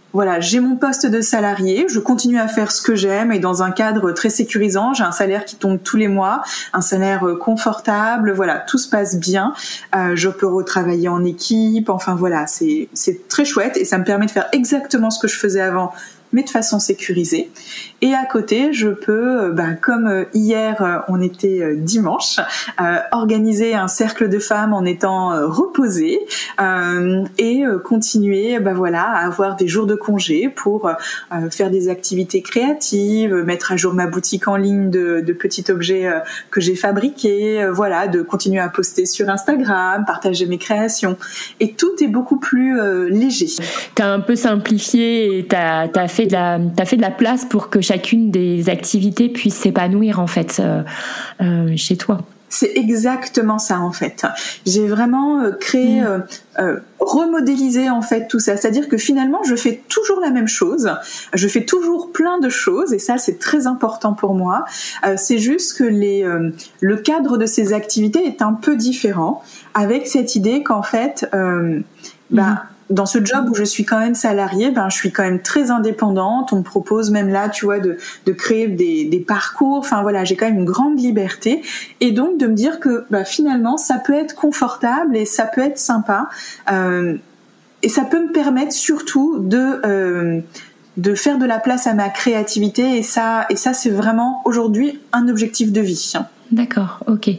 voilà, j'ai mon poste de salarié, je continue à faire ce que j'aime et dans un cadre très sécurisant. J'ai un salaire qui tombe tous les mois, un salaire confortable. Voilà, tout se passe bien. Euh, je peux retravailler en équipe. Enfin voilà, c'est c'est très chouette et ça me permet de faire exactement ce que je faisais avant, mais de façon sécurisée. Et à côté, je peux, ben, comme hier, on était dimanche, euh, organiser un cercle de femmes en étant reposée euh, et continuer, ben voilà, à avoir des jours de congé pour euh, faire des activités créatives, mettre à jour ma boutique en ligne de, de petits objets euh, que j'ai fabriqués, euh, voilà, de continuer à poster sur Instagram, partager mes créations. Et tout est beaucoup plus euh, léger. T'as un peu simplifié et t'as, t'as fait de la, t'as fait de la place pour que chacune des activités puisse s'épanouir en fait euh, euh, chez toi. C'est exactement ça en fait. J'ai vraiment euh, créé, mmh. euh, euh, remodélisé en fait tout ça. C'est-à-dire que finalement, je fais toujours la même chose. Je fais toujours plein de choses et ça, c'est très important pour moi. Euh, c'est juste que les, euh, le cadre de ces activités est un peu différent, avec cette idée qu'en fait, euh, bah, mmh. dans ce job où je suis quand même salariée, ben je suis quand même très indépendante. On me propose même là, tu vois, de de créer des des parcours. Enfin voilà, j'ai quand même une grande liberté et donc de me dire que bah finalement ça peut être confortable et ça peut être sympa euh, et ça peut me permettre surtout de euh, de faire de la place à ma créativité et ça et ça c'est vraiment aujourd'hui un objectif de vie. D'accord, ok.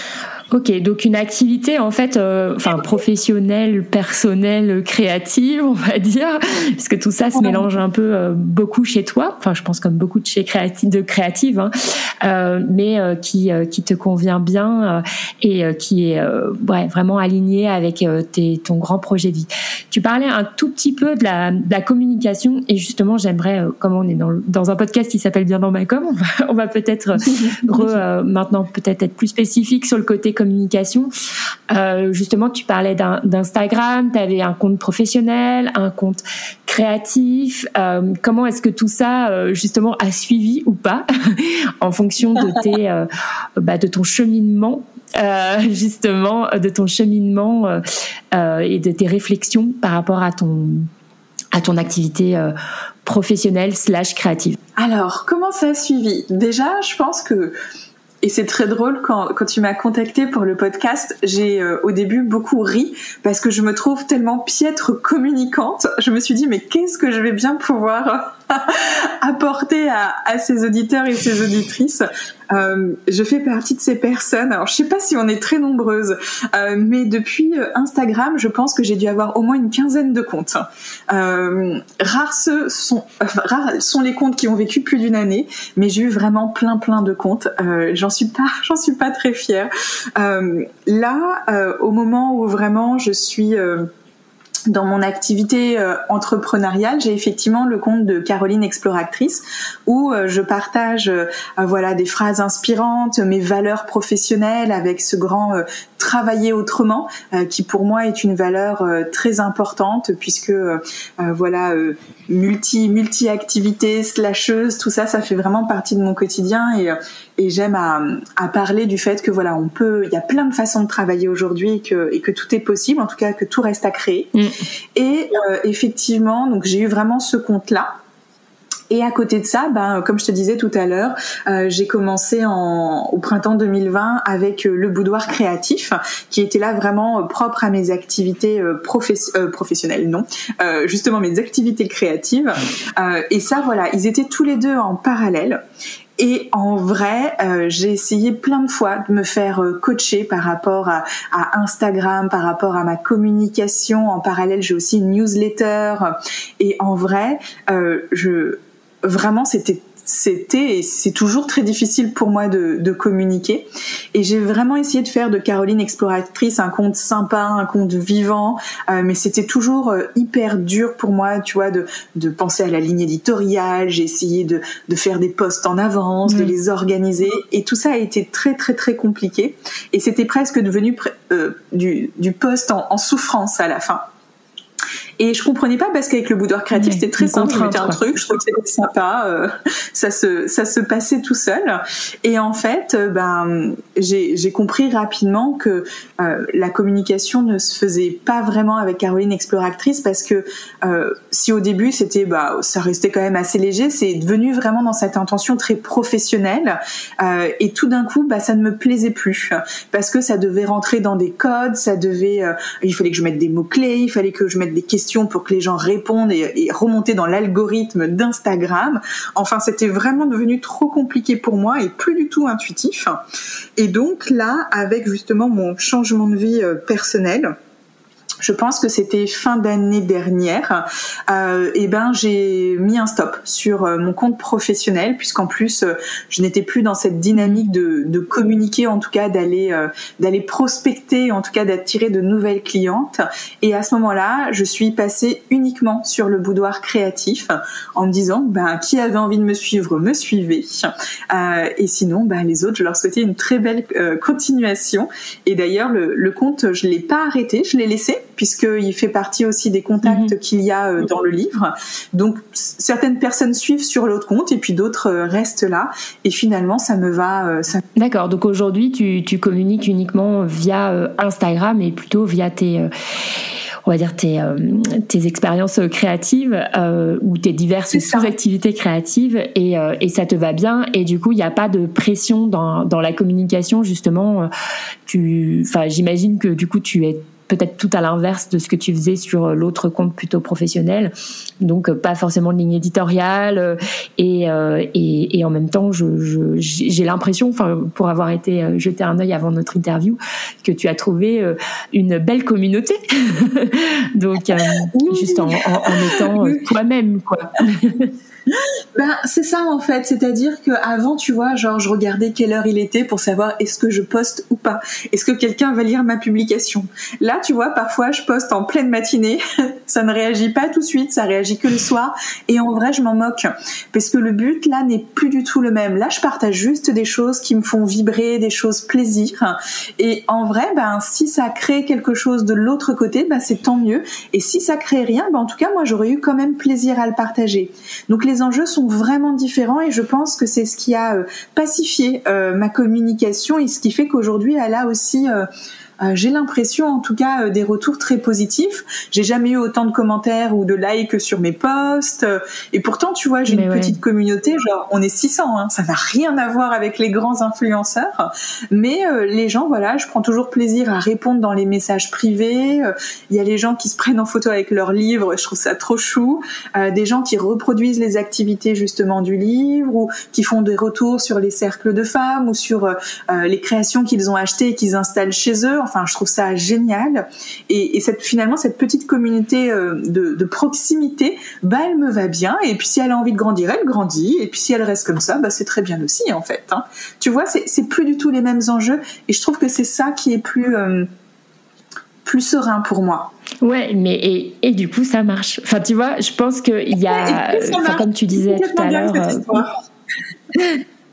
Ok, donc une activité en fait, euh, enfin professionnelle, personnelle, créative, on va dire, parce que tout ça se mélange un peu euh, beaucoup chez toi. Enfin, je pense comme beaucoup de chez créatifs, de créatives, hein, euh, mais euh, qui euh, qui te convient bien euh, et euh, qui est euh, ouais vraiment aligné avec euh, tes, ton grand projet de vie. Tu parlais un tout petit peu de la, de la communication et justement, j'aimerais, euh, comme on est dans dans un podcast qui s'appelle Bien dans ma com, on va, on va peut-être re, euh, maintenant peut-être être plus spécifique sur le côté communication. Euh, justement, tu parlais d'un, d'Instagram, tu avais un compte professionnel, un compte créatif. Euh, comment est-ce que tout ça, euh, justement, a suivi ou pas en fonction de tes, euh, bah, de ton cheminement, euh, justement, de ton cheminement euh, euh, et de tes réflexions par rapport à ton à ton activité euh, professionnelle slash créative. Alors, comment ça a suivi ? Déjà, je pense que et c'est très drôle quand quand tu m'as contacté pour le podcast, j'ai euh, au début beaucoup ri parce que je me trouve tellement piètre communicante. Je me suis dit mais qu'est-ce que je vais bien pouvoir apporter à, à ces auditeurs et ces auditrices. Euh, je fais partie de ces personnes. Alors je sais pas si on est très nombreuses, euh, mais depuis Instagram, je pense que j'ai dû avoir au moins une quinzaine de comptes. Euh, rares ceux sont, enfin, rares sont les comptes qui ont vécu plus d'une année, mais j'ai eu vraiment plein plein de comptes. Euh, j'en suis pas, j'en suis pas très fière. Euh, là, euh, au moment où vraiment je suis euh, dans mon activité euh, entrepreneuriale, j'ai effectivement le compte de Caroline Exploratrice où euh, je partage euh, voilà des phrases inspirantes, mes valeurs professionnelles avec ce grand euh, travailler autrement euh, qui pour moi est une valeur euh, très importante puisque euh, euh, voilà euh, multi multi activités slasheuse, tout ça ça fait vraiment partie de mon quotidien et et j'aime à à parler du fait que voilà, on peut il y a plein de façons de travailler aujourd'hui et que et que tout est possible, en tout cas que tout reste à créer. Mmh. Et euh, effectivement, donc j'ai eu vraiment ce compte-là. Et à côté de ça, ben comme je te disais tout à l'heure, euh, j'ai commencé en au printemps deux mille vingt avec euh, le boudoir créatif, qui était là vraiment euh, propre à mes activités euh, professe- euh, professionnelles, non, euh, justement mes activités créatives. Euh, et ça, voilà, ils étaient tous les deux en parallèle. Et en vrai, euh, j'ai essayé plein de fois de me faire euh, coacher par rapport à, à Instagram, par rapport à ma communication. En parallèle, j'ai aussi une newsletter. Et en vrai, euh, je vraiment, c'était c'était et c'est toujours très difficile pour moi de, de communiquer. Et j'ai vraiment essayé de faire de Caroline Exploratrice un compte sympa, un compte vivant, euh, mais c'était toujours euh, hyper dur pour moi, tu vois, de de penser à la ligne éditoriale. J'ai essayé de de faire des posts en avance, mmh. de les organiser, et tout ça a été très très très compliqué. Et c'était presque devenu euh, du du post en, en souffrance à la fin. Et je comprenais pas parce qu'avec le boudoir créatif, ouais, c'était très simple. Je mettais un truc, je trouvais que c'était sympa, euh, ça se ça se passait tout seul. Et en fait, euh, ben j'ai j'ai compris rapidement que euh, la communication ne se faisait pas vraiment avec Caroline Exploratrice, parce que euh, si au début c'était bah ça restait quand même assez léger, c'est devenu vraiment dans cette intention très professionnelle. Euh, et tout d'un coup, bah ça ne me plaisait plus parce que ça devait rentrer dans des codes, ça devait, euh, il fallait que je mette des mots clés, il fallait que je mette des questions pour que les gens répondent et, et remonter dans l'algorithme d'Instagram. Enfin, c'était vraiment devenu trop compliqué pour moi et plus du tout intuitif. Et donc là, avec justement mon changement de vie euh, personnel, je pense que c'était fin d'année dernière, euh, et ben j'ai mis un stop sur euh, mon compte professionnel, puisqu'en plus euh, je n'étais plus dans cette dynamique de, de communiquer, en tout cas d'aller euh, d'aller prospecter, en tout cas d'attirer de nouvelles clientes. Et à ce moment-là, je suis passée uniquement sur le boudoir créatif, en me disant ben qui avait envie de me suivre me suivait, euh, et sinon ben les autres je leur souhaitais une très belle euh, continuation. Et d'ailleurs le, le compte je l'ai pas arrêté, je l'ai laissé, puisqu'il fait partie aussi des contacts mmh. qu'il y a euh, dans le livre. Donc, certaines personnes suivent sur l'autre compte et puis d'autres euh, restent là. Et finalement, ça me va... Euh, ça... D'accord. Donc, aujourd'hui, tu, tu communiques uniquement via euh, Instagram et plutôt via tes... Euh, on va dire tes, euh, tes expériences créatives euh, ou tes diverses sous-activités créatives et, euh, et ça te va bien. Et du coup, il n'y a pas de pression dans, dans la communication, justement. Tu, enfin, j'imagine que du coup, tu es peut-être tout à l'inverse de ce que tu faisais sur l'autre compte plutôt professionnel, donc pas forcément de ligne éditoriale et euh, et, et en même temps je, je j'ai l'impression, enfin pour avoir été jeter un œil avant notre interview, que tu as trouvé une belle communauté donc euh, oui. juste en, en, en étant oui. toi-même quoi. Ben c'est ça en fait, c'est-à-dire que avant tu vois, genre je regardais quelle heure il était pour savoir est-ce que je poste ou pas, est-ce que quelqu'un va lire ma publication. Là tu vois, parfois je poste en pleine matinée, ça ne réagit pas tout de suite, ça réagit que le soir, et en vrai je m'en moque parce que le but là n'est plus du tout le même. Là je partage juste des choses qui me font vibrer, des choses plaisir, et en vrai ben si ça crée quelque chose de l'autre côté, ben c'est tant mieux, et si ça crée rien, ben en tout cas moi j'aurais eu quand même plaisir à le partager. Donc les enjeux sont vraiment différents et je pense que c'est ce qui a euh, pacifié euh, ma communication et ce qui fait qu'aujourd'hui elle a aussi euh, Euh, j'ai l'impression, en tout cas, euh, des retours très positifs. J'ai jamais eu autant de commentaires ou de likes sur mes posts. Euh, et pourtant, tu vois, j'ai Mais une ouais. petite communauté. Genre, on est six cents. Hein, ça n'a rien à voir avec les grands influenceurs. Mais euh, les gens, voilà, je prends toujours plaisir à répondre dans les messages privés. Il euh, y a les gens qui se prennent en photo avec leurs livres. Je trouve ça trop chou. Euh, des gens qui reproduisent les activités justement du livre ou qui font des retours sur les cercles de femmes ou sur euh, les créations qu'ils ont achetées et qu'ils installent chez eux. Enfin, je trouve ça génial. Et, et cette, finalement, cette petite communauté euh, de, de proximité, bah, elle me va bien. Et puis, si elle a envie de grandir, elle grandit. Et puis, si elle reste comme ça, bah, c'est très bien aussi, en fait. Hein. Tu vois, c'est, c'est plus du tout les mêmes enjeux. Et je trouve que c'est ça qui est plus, euh, plus serein pour moi. Ouais, mais et, et du coup, ça marche. Enfin, tu vois, je pense qu'il y a, enfin, comme tu disais tout à l'heure. Euh,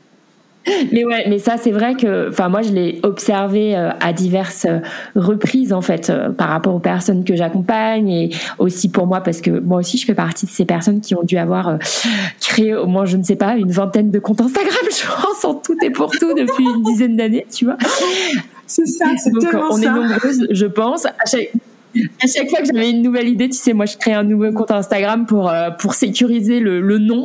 Mais ouais, mais ça c'est vrai que, enfin moi je l'ai observé euh, à diverses euh, reprises en fait euh, par rapport aux personnes que j'accompagne et aussi pour moi parce que moi aussi je fais partie de ces personnes qui ont dû avoir euh, créé au moins je ne sais pas une vingtaine de comptes Instagram je pense en tout et pour tout depuis une dizaine d'années, tu vois. C'est ça, c'est Donc tellement on ça. est nombreuses, je pense. À chaque À chaque fois que j'avais une nouvelle idée, tu sais, moi je crée un nouveau compte Instagram pour euh, pour sécuriser le, le nom.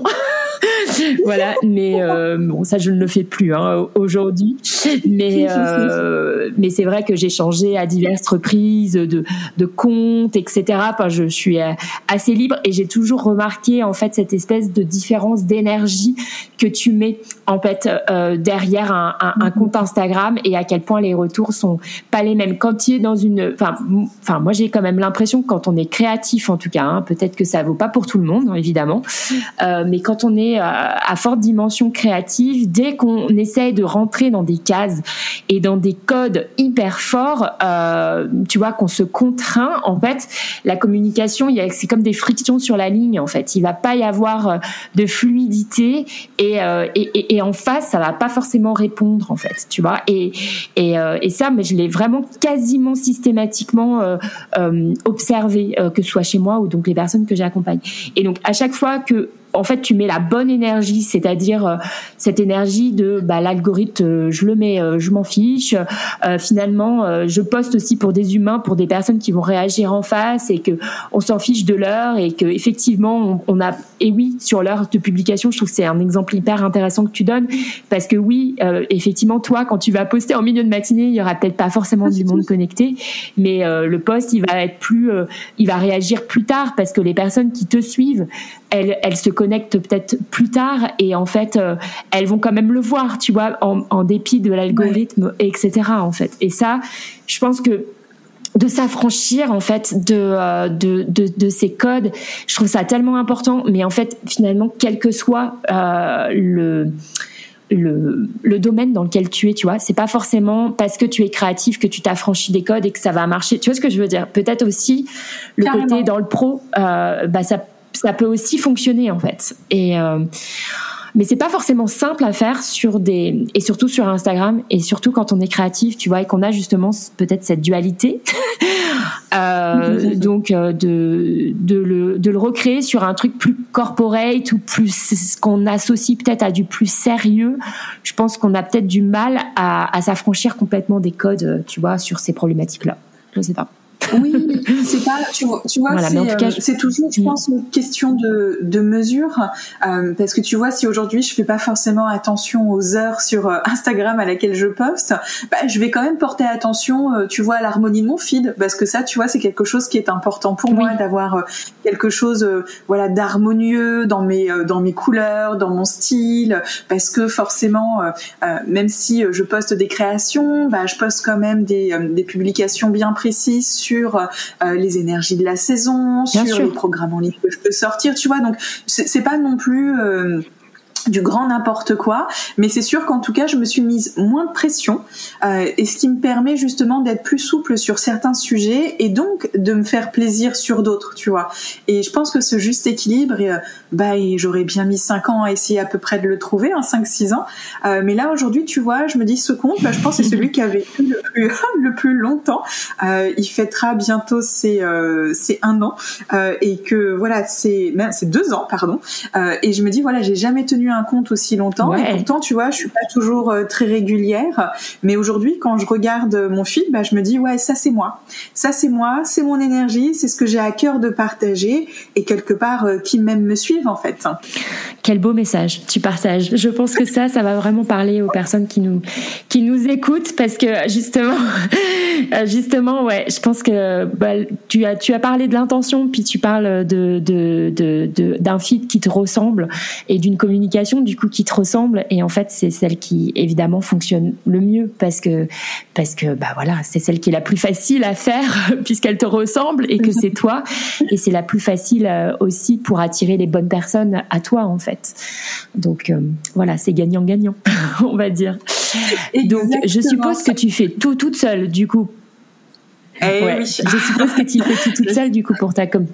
Voilà, mais euh, bon, ça je ne le fais plus hein, aujourd'hui. Mais euh, mais c'est vrai que j'ai changé à diverses reprises de de compte, et cetera. Enfin, je suis assez libre et j'ai toujours remarqué en fait cette espèce de différence d'énergie que tu mets en fait euh, derrière un, un, un compte Instagram et à quel point les retours sont pas les mêmes. Quand tu es dans une, enfin, enfin moi j'ai quand même l'impression que quand on est créatif en tout cas, hein, peut-être que ça vaut pas pour tout le monde hein, évidemment, euh, mais quand on est est euh, à forte dimension créative, dès qu'on essaie de rentrer dans des cases et dans des codes hyper forts, euh, tu vois, qu'on se contraint, en fait, la communication, il y a, c'est comme des frictions sur la ligne, en fait. Il va pas y avoir de fluidité et, euh, et, et, et en face, ça va pas forcément répondre, en fait, tu vois. Et, et, euh, et ça, mais je l'ai vraiment quasiment systématiquement euh, euh, observé, euh, que ce soit chez moi ou donc les personnes que j'accompagne. Et donc, à chaque fois que en fait, tu mets la bonne énergie, c'est-à-dire euh, cette énergie de bah, l'algorithme, euh, je le mets, euh, je m'en fiche. Euh, finalement, euh, je poste aussi pour des humains, pour des personnes qui vont réagir en face et que on s'en fiche de l'heure et que effectivement, on, on a et oui sur l'heure de publication, je trouve que c'est un exemple hyper intéressant que tu donnes parce que oui, euh, effectivement, toi, quand tu vas poster en milieu de matinée, il y aura peut-être pas forcément du monde connecté, mais euh, le post, il va être plus, euh, il va réagir plus tard parce que les personnes qui te suivent, elles, elles se connectent peut-être plus tard et en fait, euh, elles vont quand même le voir, tu vois, en, en dépit de l'algorithme, ouais. et cetera. En fait, et ça, je pense que de s'affranchir en fait de, euh, de de de ces codes, je trouve ça tellement important. Mais en fait, finalement, quel que soit euh, le Le, le domaine dans lequel tu es, tu vois, c'est pas forcément parce que tu es créatif que tu t'affranchis des codes et que ça va marcher. Tu vois ce que je veux dire? Peut-être aussi le Carrément. Côté dans le pro, euh, bah ça ça peut aussi fonctionner en fait. Et euh, mais c'est pas forcément simple à faire sur des et surtout sur Instagram et surtout quand on est créatif, tu vois, et qu'on a justement peut-être cette dualité. euh, donc euh, de de le de le recréer sur un truc plus corporate ou plus qu'on associe peut-être à du plus sérieux. Je pense qu'on a peut-être du mal à à s'affranchir complètement des codes, tu vois, sur ces problématiques-là. Je sais pas. Oui, c'est pas, tu vois, tu vois voilà, c'est, euh, je... c'est toujours, je pense, une question de, de mesure, euh, parce que tu vois, si aujourd'hui je fais pas forcément attention aux heures sur euh, Instagram à laquelle je poste, bah, je vais quand même porter attention, euh, tu vois, à l'harmonie de mon feed, parce que ça, tu vois, c'est quelque chose qui est important pour oui. moi, d'avoir euh, quelque chose, euh, voilà, d'harmonieux dans mes, euh, dans mes couleurs, dans mon style, parce que forcément, euh, euh, même si je poste des créations, bah, je poste quand même des, euh, des publications bien précises sur sur euh, les énergies de la saison, Bien sur sûr. Les programmes en ligne que je peux sortir, tu vois. Donc c'est, c'est pas non plus euh, du grand n'importe quoi, mais c'est sûr qu'en tout cas je me suis mise moins de pression euh, et ce qui me permet justement d'être plus souple sur certains sujets et donc de me faire plaisir sur d'autres, tu vois. Et je pense que ce juste équilibre, euh, bah et j'aurais bien mis cinq ans à essayer à peu près de le trouver, hein, cinq six ans, euh, mais là aujourd'hui tu vois, je me dis ce compte, bah, je pense que c'est celui qui a vécu le plus le plus longtemps. Euh, il fêtera bientôt ses euh, ses un an euh, et que voilà c'est même c'est deux ans pardon euh, et je me dis voilà j'ai jamais tenu un compte aussi longtemps ouais. et pourtant tu vois je suis pas toujours euh, très régulière, mais aujourd'hui quand je regarde mon feed, bah je me dis ouais ça c'est moi, ça c'est moi, c'est mon énergie, c'est ce que j'ai à cœur de partager et quelque part euh, qui m'aiment me suivent en fait. Quel beau message tu partages. Je pense que ça ça va vraiment parler aux personnes qui nous qui nous écoutent parce que justement justement ouais je pense que bah, tu as tu as parlé de l'intention puis tu parles de de de, de d'un feed qui te ressemble et d'une communication du coup qui te ressemble et en fait c'est celle qui évidemment fonctionne le mieux parce que parce que bah voilà c'est celle qui est la plus facile à faire puisqu'elle te ressemble et que c'est toi et c'est la plus facile aussi pour attirer les bonnes personnes à toi en fait. Donc euh, voilà c'est gagnant-gagnant on va dire. Exactement. Donc je suppose que tu fais tout toute seule du coup. Eh ouais, oui. Je suppose que tu fais tout toute seule du coup pour ta com.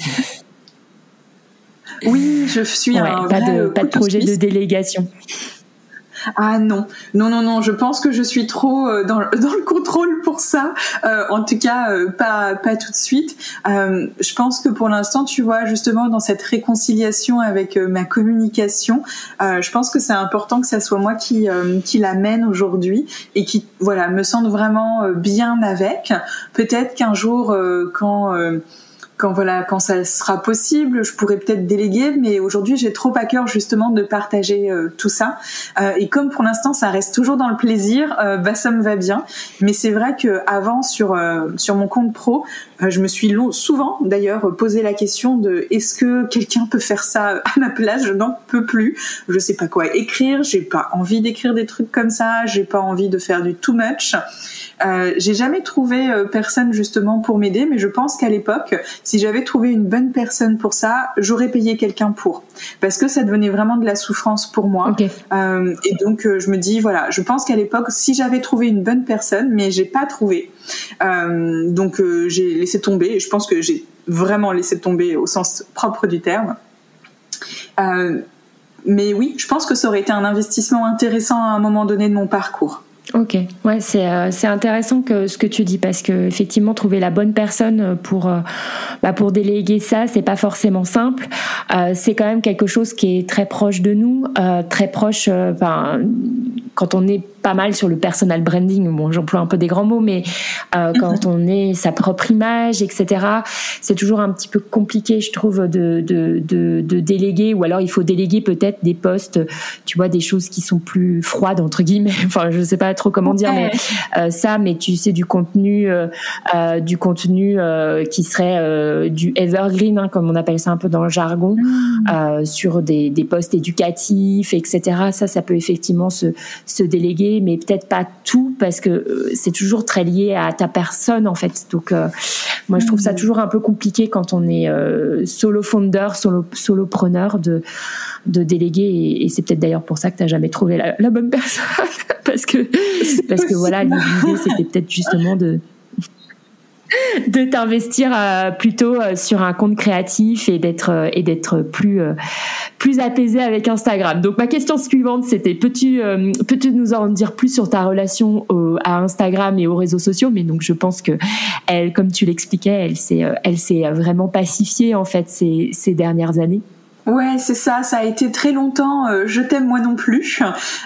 Oui, je suis ouais, un pas vrai de pas de projet de délégation. Ah non, non, non, non. Je pense que je suis trop euh, dans, dans le contrôle pour ça. Euh, en tout cas, euh, pas pas tout de suite. Euh, je pense que pour l'instant, tu vois, justement, dans cette réconciliation avec euh, ma communication, euh, je pense que c'est important que ça soit moi qui euh, qui l'amène aujourd'hui et qui, voilà, me sente vraiment euh, bien avec. Peut-être qu'un jour, euh, quand euh, Quand voilà, quand ça sera possible, je pourrais peut-être déléguer, mais aujourd'hui j'ai trop à cœur justement de partager euh, tout ça. Euh, et comme pour l'instant ça reste toujours dans le plaisir, euh, bah ça me va bien. Mais c'est vrai que avant sur euh, sur mon compte pro, euh, je me suis long, souvent d'ailleurs posé la question de est-ce que quelqu'un peut faire ça à ma place ? Je n'en peux plus. Je sais pas quoi écrire. J'ai pas envie d'écrire des trucs comme ça. J'ai pas envie de faire du too much. Euh, j'ai jamais trouvé euh, personne justement pour m'aider, mais je pense qu'à l'époque si j'avais trouvé une bonne personne pour ça, j'aurais payé quelqu'un pour, parce que ça devenait vraiment de la souffrance pour moi. Okay. Euh, et donc euh, je me dis voilà, je pense qu'à l'époque, si j'avais trouvé une bonne personne, mais j'ai pas trouvé, euh, donc euh, j'ai laissé tomber. Et je pense que j'ai vraiment laissé tomber au sens propre du terme. Euh, mais oui, je pense que ça aurait été un investissement intéressant à un moment donné de mon parcours. Ok, ouais, c'est euh, c'est intéressant que ce que tu dis, parce que effectivement trouver la bonne personne pour euh, bah pour déléguer ça, c'est pas forcément simple. Euh, c'est quand même quelque chose qui est très proche de nous, euh, très proche. Enfin, euh, quand on est pas mal sur le personal branding, bon, j'emploie un peu des grands mots, mais euh, quand on est sa propre image, et cetera, c'est toujours un petit peu compliqué, je trouve, de de de, de déléguer, ou alors il faut déléguer peut-être des postes, tu vois, des choses qui sont plus froides entre guillemets. Enfin, je sais pas trop comment dire, mais euh, ça, mais tu sais, du contenu, euh, euh, du contenu euh, qui serait euh, du evergreen, hein, comme on appelle ça un peu dans le jargon, mmh. euh, sur des, des postes éducatifs, et cetera. Ça, ça peut effectivement se, se déléguer, mais peut-être pas tout, parce que euh, c'est toujours très lié à ta personne, en fait. Donc, euh, moi, je trouve ça toujours un peu compliqué quand on est euh, solo founder, solo solopreneur, de de déléguer, et, et c'est peut-être d'ailleurs pour ça que t'as jamais trouvé la, la bonne personne, parce que parce que voilà, l'idée c'était peut-être justement de de t'investir euh, plutôt euh, sur un compte créatif et d'être euh, et d'être plus euh, plus apaisé avec Instagram. Donc ma question suivante, c'était peux-tu euh, peux-tu nous en dire plus sur ta relation au, à Instagram et aux réseaux sociaux? Mais donc je pense que elle, comme tu l'expliquais, elle s'est euh, elle s'est vraiment pacifiée en fait ces ces dernières années. Ouais, c'est ça, ça a été très longtemps euh, je t'aime moi non plus.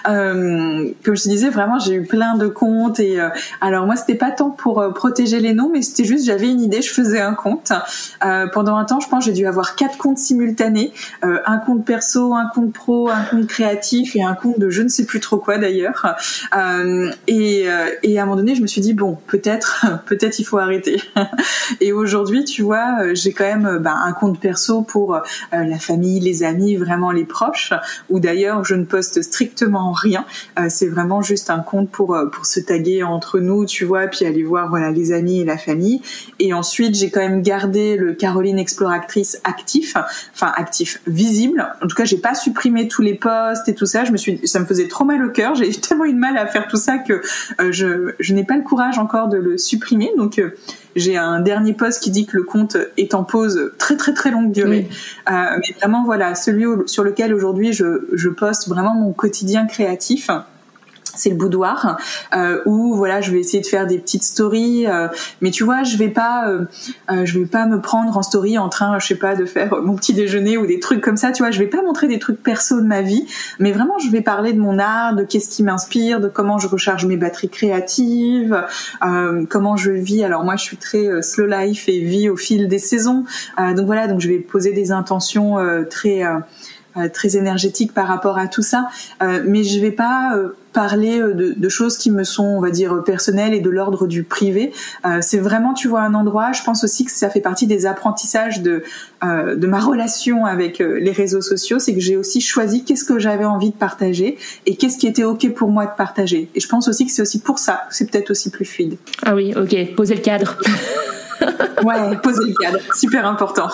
Euh, comme je te disais, vraiment j'ai eu plein de comptes, et euh, alors moi c'était pas tant pour euh, protéger les noms, mais c'était juste j'avais une idée, je faisais un compte. Euh, pendant un temps, je pense j'ai dû avoir quatre comptes simultanés, euh, un compte perso, un compte pro, un compte créatif et un compte de je ne sais plus trop quoi d'ailleurs. Euh, et, euh, et à un moment donné, je me suis dit bon, peut-être peut-être il faut arrêter. Et aujourd'hui, tu vois, j'ai quand même bah, un compte perso pour euh, la famille, les amis, vraiment les proches, où d'ailleurs je ne poste strictement rien. Euh, c'est vraiment juste un compte pour pour se taguer entre nous, tu vois, puis aller voir voilà les amis et la famille. Et ensuite j'ai quand même gardé le Caroline Exploratrice actif, enfin actif, visible. En tout cas, j'ai pas supprimé tous les posts et tout ça. Je me suis, ça me faisait trop mal au cœur. J'ai tellement eu de mal à faire tout ça que euh, je je n'ai pas le courage encore de le supprimer. Donc euh, j'ai un dernier post qui dit que le compte est en pause très très très longue durée. Oui. Euh, mais vraiment voilà, celui sur lequel aujourd'hui je, je poste vraiment mon quotidien créatif, c'est le boudoir, euh, où voilà, je vais essayer de faire des petites stories, euh, mais tu vois, je vais pas, euh, euh, je vais pas me prendre en story en train, je sais pas, de faire mon petit déjeuner ou des trucs comme ça, tu vois, je vais pas montrer des trucs perso de ma vie, mais vraiment, je vais parler de mon art, de qu'est-ce qui m'inspire, de comment je recharge mes batteries créatives, euh, comment je vis. Alors moi, je suis très euh, slow life et vis au fil des saisons, euh, donc voilà, donc je vais poser des intentions euh, très euh, très énergétique par rapport à tout ça, euh, mais je vais pas euh, parler de, de choses qui me sont, on va dire, personnelles et de l'ordre du privé. Euh, c'est vraiment, tu vois, un endroit, je pense aussi que ça fait partie des apprentissages de euh, de ma relation avec euh, les réseaux sociaux, c'est que j'ai aussi choisi qu'est-ce que j'avais envie de partager et qu'est-ce qui était ok pour moi de partager. Et je pense aussi que c'est aussi pour ça, c'est peut-être aussi plus fluide. Ah oui, ok, poser le cadre. Ouais, poser le cadre, super important.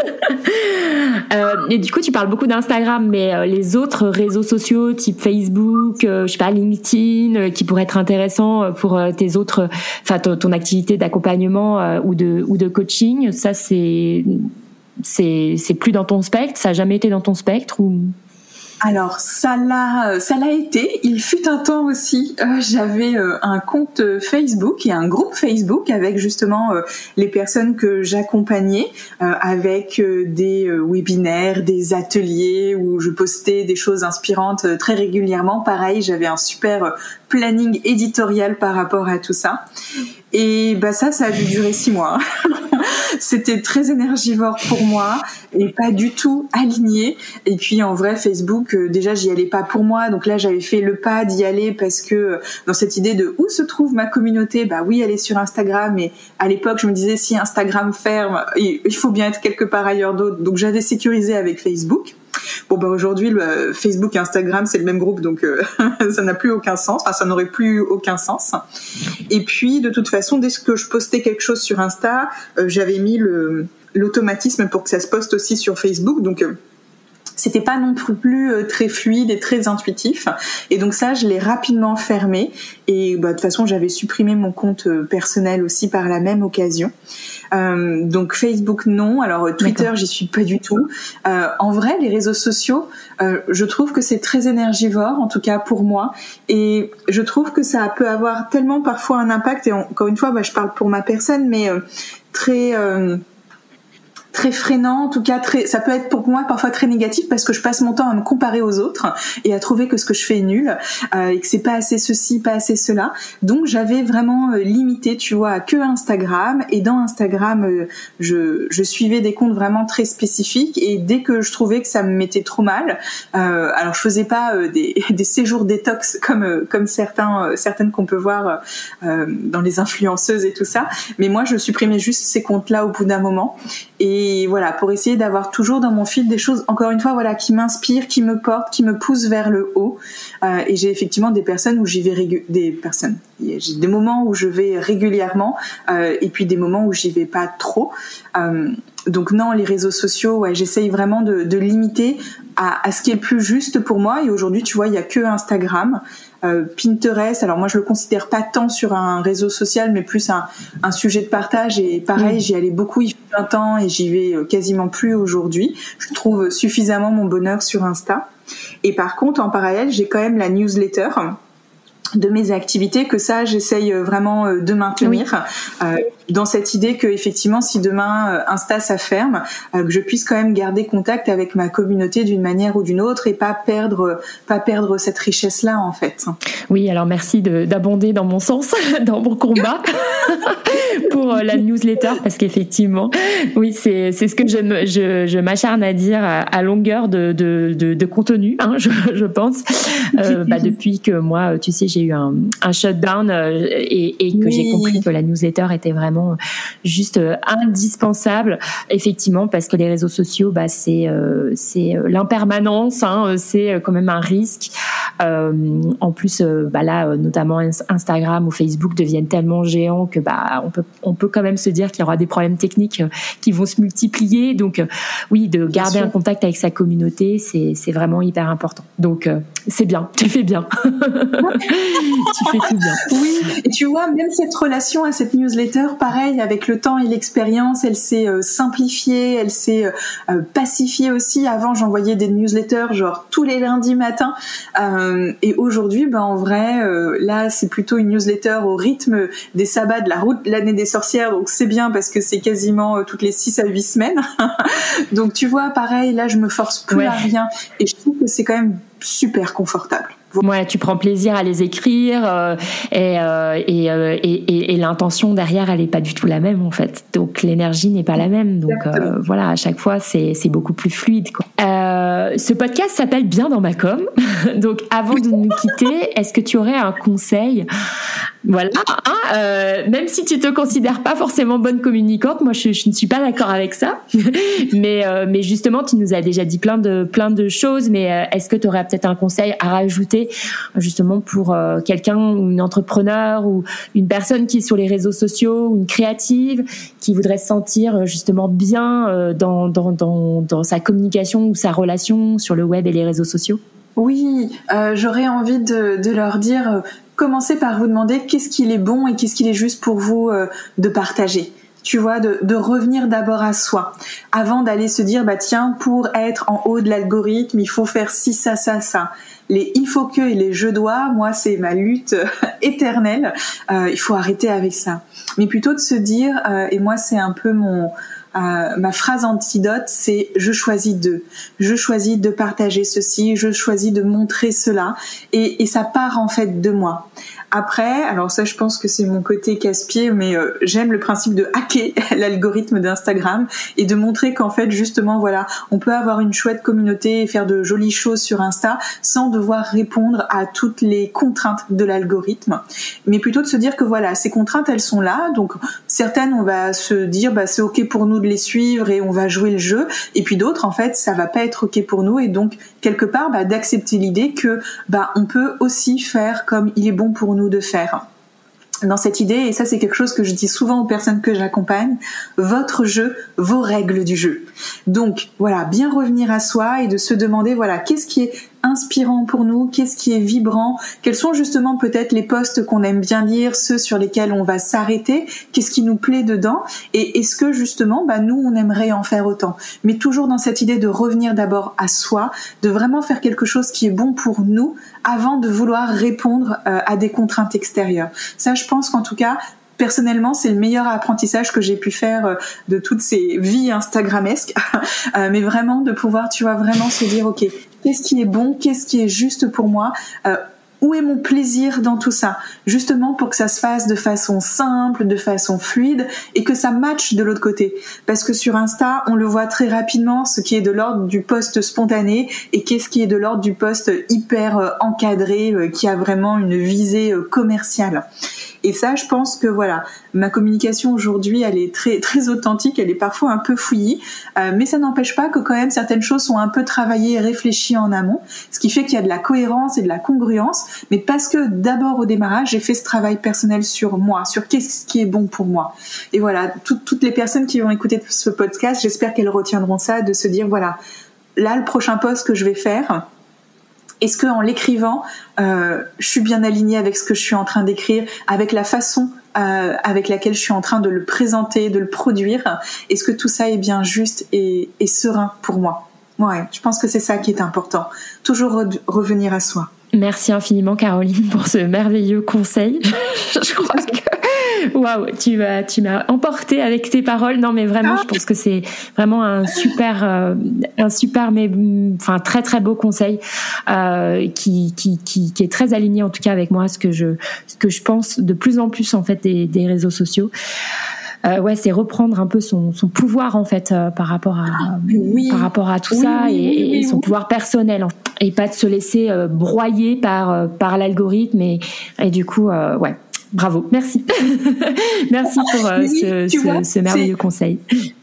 Euh, et du coup, tu parles beaucoup d'Instagram, mais euh, les autres réseaux sociaux, type Facebook, euh, je sais pas, LinkedIn, euh, qui pourraient être intéressants pour euh, tes autres, enfin ton, ton activité d'accompagnement euh, ou de ou de coaching, ça c'est c'est c'est plus dans ton spectre, ça a jamais été dans ton spectre ou? Alors ça l'a, ça l'a été. Il fut un temps aussi, euh, j'avais euh, un compte Facebook et un groupe Facebook avec justement euh, les personnes que j'accompagnais, euh, avec euh, des euh, webinaires, des ateliers où je postais des choses inspirantes euh, très régulièrement. Pareil, j'avais un super planning éditorial par rapport à tout ça. Et bah ça, ça a dû durer six mois. C'était très énergivore pour moi et pas du tout aligné. Et puis en vrai, Facebook, euh, déjà j'y allais pas pour moi, donc là j'avais fait le pas d'y aller parce que euh, dans cette idée de où se trouve ma communauté, bah oui, elle est sur Instagram. Et à l'époque, je me disais si Instagram ferme, il faut bien être quelque part ailleurs d'autre. Donc j'avais sécurisé avec Facebook. Bon bah aujourd'hui le Facebook et Instagram c'est le même groupe, donc euh, ça n'a plus aucun sens, enfin ça n'aurait plus aucun sens. Et puis de toute façon, dès que je postais quelque chose sur Insta, euh, j'avais mis le l'automatisme pour que ça se poste aussi sur Facebook. Donc euh, c'était pas non plus euh, très fluide et très intuitif, et donc ça je l'ai rapidement fermé, et bah, de toute façon j'avais supprimé mon compte euh, personnel aussi par la même occasion. Euh, donc Facebook non, alors euh, Twitter D'accord. J'y suis pas du tout. Euh, en vrai les réseaux sociaux, euh, je trouve que c'est très énergivore, en tout cas pour moi, et je trouve que ça peut avoir tellement parfois un impact, et encore une fois bah, je parle pour ma personne, mais euh, très euh, très freinant, en tout cas très, ça peut être pour moi parfois très négatif, parce que je passe mon temps à me comparer aux autres et à trouver que ce que je fais est nul, euh, et que c'est pas assez ceci, pas assez cela. Donc j'avais vraiment euh, limité, tu vois, que Instagram, et dans Instagram euh, je, je suivais des comptes vraiment très spécifiques, et dès que je trouvais que ça me mettait trop mal, euh, alors je faisais pas euh, des, des séjours détox comme euh, comme certains euh, certaines qu'on peut voir euh, dans les influenceuses et tout ça, mais moi je supprimais juste ces comptes-là au bout d'un moment. Et voilà, pour essayer d'avoir toujours dans mon fil des choses, encore une fois, voilà, qui m'inspirent, qui me portent, qui me poussent vers le haut. Euh, et j'ai effectivement des personnes où j'y vais régu- des personnes. J'ai des moments où je vais régulièrement, euh, et puis des moments où j'y vais pas trop. Euh, donc non, les réseaux sociaux, ouais, j'essaye vraiment de, de limiter à, à ce qui est le plus juste pour moi. Et aujourd'hui, tu vois, il y a que Instagram. Euh, Pinterest, alors moi je le considère pas tant sur un réseau social, mais plus un, un sujet de partage, et pareil, mmh. j'y allais beaucoup il y a vingt ans et j'y vais quasiment plus aujourd'hui. Je trouve suffisamment mon bonheur sur Insta. Et par contre, en parallèle, j'ai quand même la newsletter de mes activités, que ça j'essaye vraiment de maintenir, oui. euh, dans cette idée que effectivement si demain Insta ça ferme, euh, que je puisse quand même garder contact avec ma communauté d'une manière ou d'une autre, et pas perdre pas perdre cette richesse là en fait. Oui, alors merci de, d'abonder dans mon sens, dans mon combat pour la newsletter, parce qu'effectivement oui, c'est c'est ce que je je, je m'acharne à dire à, à longueur de de de, de contenu, hein, je, je pense, euh, bah, depuis que moi tu sais j'ai eu un, un shutdown, euh, et, et que oui. j'ai compris que la newsletter était vraiment juste euh, indispensable, effectivement, parce que les réseaux sociaux, bah, c'est, euh, c'est l'impermanence, hein, c'est quand même un risque. Euh, en plus, euh, bah, là, notamment Instagram ou Facebook deviennent tellement géants que bah, on peut, on peut quand même se dire qu'il y aura des problèmes techniques qui vont se multiplier. Donc, euh, oui, de garder un contact avec sa communauté, c'est, c'est vraiment hyper important. Donc, euh, c'est bien, tu fais bien. Tu fais tout bien. Oui, et tu vois, même cette relation à cette newsletter, pareil, avec le temps et l'expérience, elle s'est euh, simplifiée, elle s'est euh, pacifiée aussi. Avant, j'envoyais des newsletters genre tous les lundis matins, euh, et aujourd'hui, ben en vrai, euh, là, c'est plutôt une newsletter au rythme des sabbats de la route de l'année des sorcières, donc c'est bien parce que c'est quasiment euh, toutes les six à huit semaines. Donc tu vois, pareil, là, je me force plus ouais. à rien, et je trouve que c'est quand même super confortable. Ouais, tu prends plaisir à les écrire, euh, et, euh, et, euh, et, et, et l'intention derrière, elle est pas du tout la même en fait. Donc l'énergie n'est pas la même. Donc euh, voilà, à chaque fois, c'est c'est beaucoup plus fluide, quoi. Euh, ce podcast s'appelle Bien dans ma com. Donc avant de nous quitter, est-ce que tu aurais un conseil? Voilà, hein, euh, même si tu te considères pas forcément bonne communicante, moi je, je ne suis pas d'accord avec ça. mais euh, mais justement, tu nous as déjà dit plein de plein de choses. Mais euh, est-ce que tu aurais peut-être un conseil à rajouter justement pour euh, quelqu'un, ou une entrepreneur, ou une personne qui est sur les réseaux sociaux, ou une créative qui voudrait se sentir justement bien euh, dans dans dans dans sa communication ou sa relation sur le web et les réseaux sociaux? Oui, euh, j'aurais envie de de leur dire. Euh, Commencez par vous demander qu'est-ce qu'il est bon et qu'est-ce qu'il est juste pour vous euh, de partager. Tu vois, de, de revenir d'abord à soi, avant d'aller se dire, bah tiens, pour être en haut de l'algorithme, il faut faire ci, ça, ça, ça. Les il faut que et les je dois, moi, c'est ma lutte éternelle. Euh, il faut arrêter avec ça. Mais plutôt de se dire, euh, et moi, c'est un peu mon... Euh, ma phrase antidote, c'est je choisis de, je choisis de partager ceci, je choisis de montrer cela, et, et ça part en fait de moi. Après, alors ça, je pense que c'est mon côté casse-pied, mais euh, j'aime le principe de hacker l'algorithme d'Instagram et de montrer qu'en fait, justement, voilà, on peut avoir une chouette communauté et faire de jolies choses sur Insta sans devoir répondre à toutes les contraintes de l'algorithme, mais plutôt de se dire que voilà, ces contraintes, elles sont là. Donc certaines, on va se dire, bah c'est ok pour nous de les suivre et on va jouer le jeu, et puis d'autres, en fait, ça va pas être ok pour nous, et donc quelque part, bah d'accepter l'idée que bah on peut aussi faire comme il est bon pour nous de faire. dans cette idée, et ça c'est quelque chose que je dis souvent aux personnes que j'accompagne, votre jeu, vos règles du jeu. Donc voilà, bien revenir à soi et de se demander voilà, qu'est-ce qui est inspirant pour nous, qu'est-ce qui est vibrant, quels sont justement peut-être les posts qu'on aime bien lire, ceux sur lesquels on va s'arrêter, qu'est-ce qui nous plaît dedans, et est-ce que justement bah, nous on aimerait en faire autant. Mais toujours dans cette idée de revenir d'abord à soi, de vraiment faire quelque chose qui est bon pour nous avant de vouloir répondre euh, à des contraintes extérieures. Ça je pense qu'en tout cas personnellement, c'est le meilleur apprentissage que j'ai pu faire de toutes ces vies instagramesques, euh, mais vraiment de pouvoir, tu vois, vraiment se dire, ok, qu'est-ce qui est bon, qu'est-ce qui est juste pour moi, euh, où est mon plaisir dans tout ça, justement pour que ça se fasse de façon simple, de façon fluide, et que ça matche de l'autre côté. Parce que sur Insta, on le voit très rapidement, ce qui est de l'ordre du post spontané, et qu'est-ce qui est de l'ordre du post hyper encadré, qui a vraiment une visée commerciale. Et ça, je pense que voilà, ma communication aujourd'hui, elle est très très authentique, elle est parfois un peu fouillie, euh, mais ça n'empêche pas que quand même certaines choses sont un peu travaillées et réfléchies en amont, ce qui fait qu'il y a de la cohérence et de la congruence, mais parce que d'abord au démarrage, j'ai fait ce travail personnel sur moi, sur qu'est-ce qui est bon pour moi. Et voilà, tout, toutes les personnes qui vont écouter ce podcast, j'espère qu'elles retiendront ça, de se dire voilà, là le prochain post que je vais faire, est-ce que en l'écrivant, euh, je suis bien alignée avec ce que je suis en train d'écrire, avec la façon euh, avec laquelle je suis en train de le présenter, de le produire? Est-ce que tout ça est bien juste et, et serein pour moi? Ouais, je pense que c'est ça qui est important. Toujours re- revenir à soi. Merci infiniment Caroline pour ce merveilleux conseil. Je crois que waouh, tu m'as tu m'as emporté avec tes paroles. Non mais vraiment, je pense que c'est vraiment un super euh, un super mais enfin très très beau conseil euh, qui qui qui qui est très aligné en tout cas avec moi, ce que je ce que je pense de plus en plus en fait des des réseaux sociaux. Euh, ouais, c'est reprendre un peu son, son pouvoir en fait euh, par rapport à oui. par rapport à tout oui, ça oui, et, oui, oui, et son oui. pouvoir personnel et pas de se laisser euh, broyer par euh, par l'algorithme et et du coup euh, ouais, bravo, merci merci pour euh, oui, ce, tu ce, vois, ce merveilleux c'est... conseil.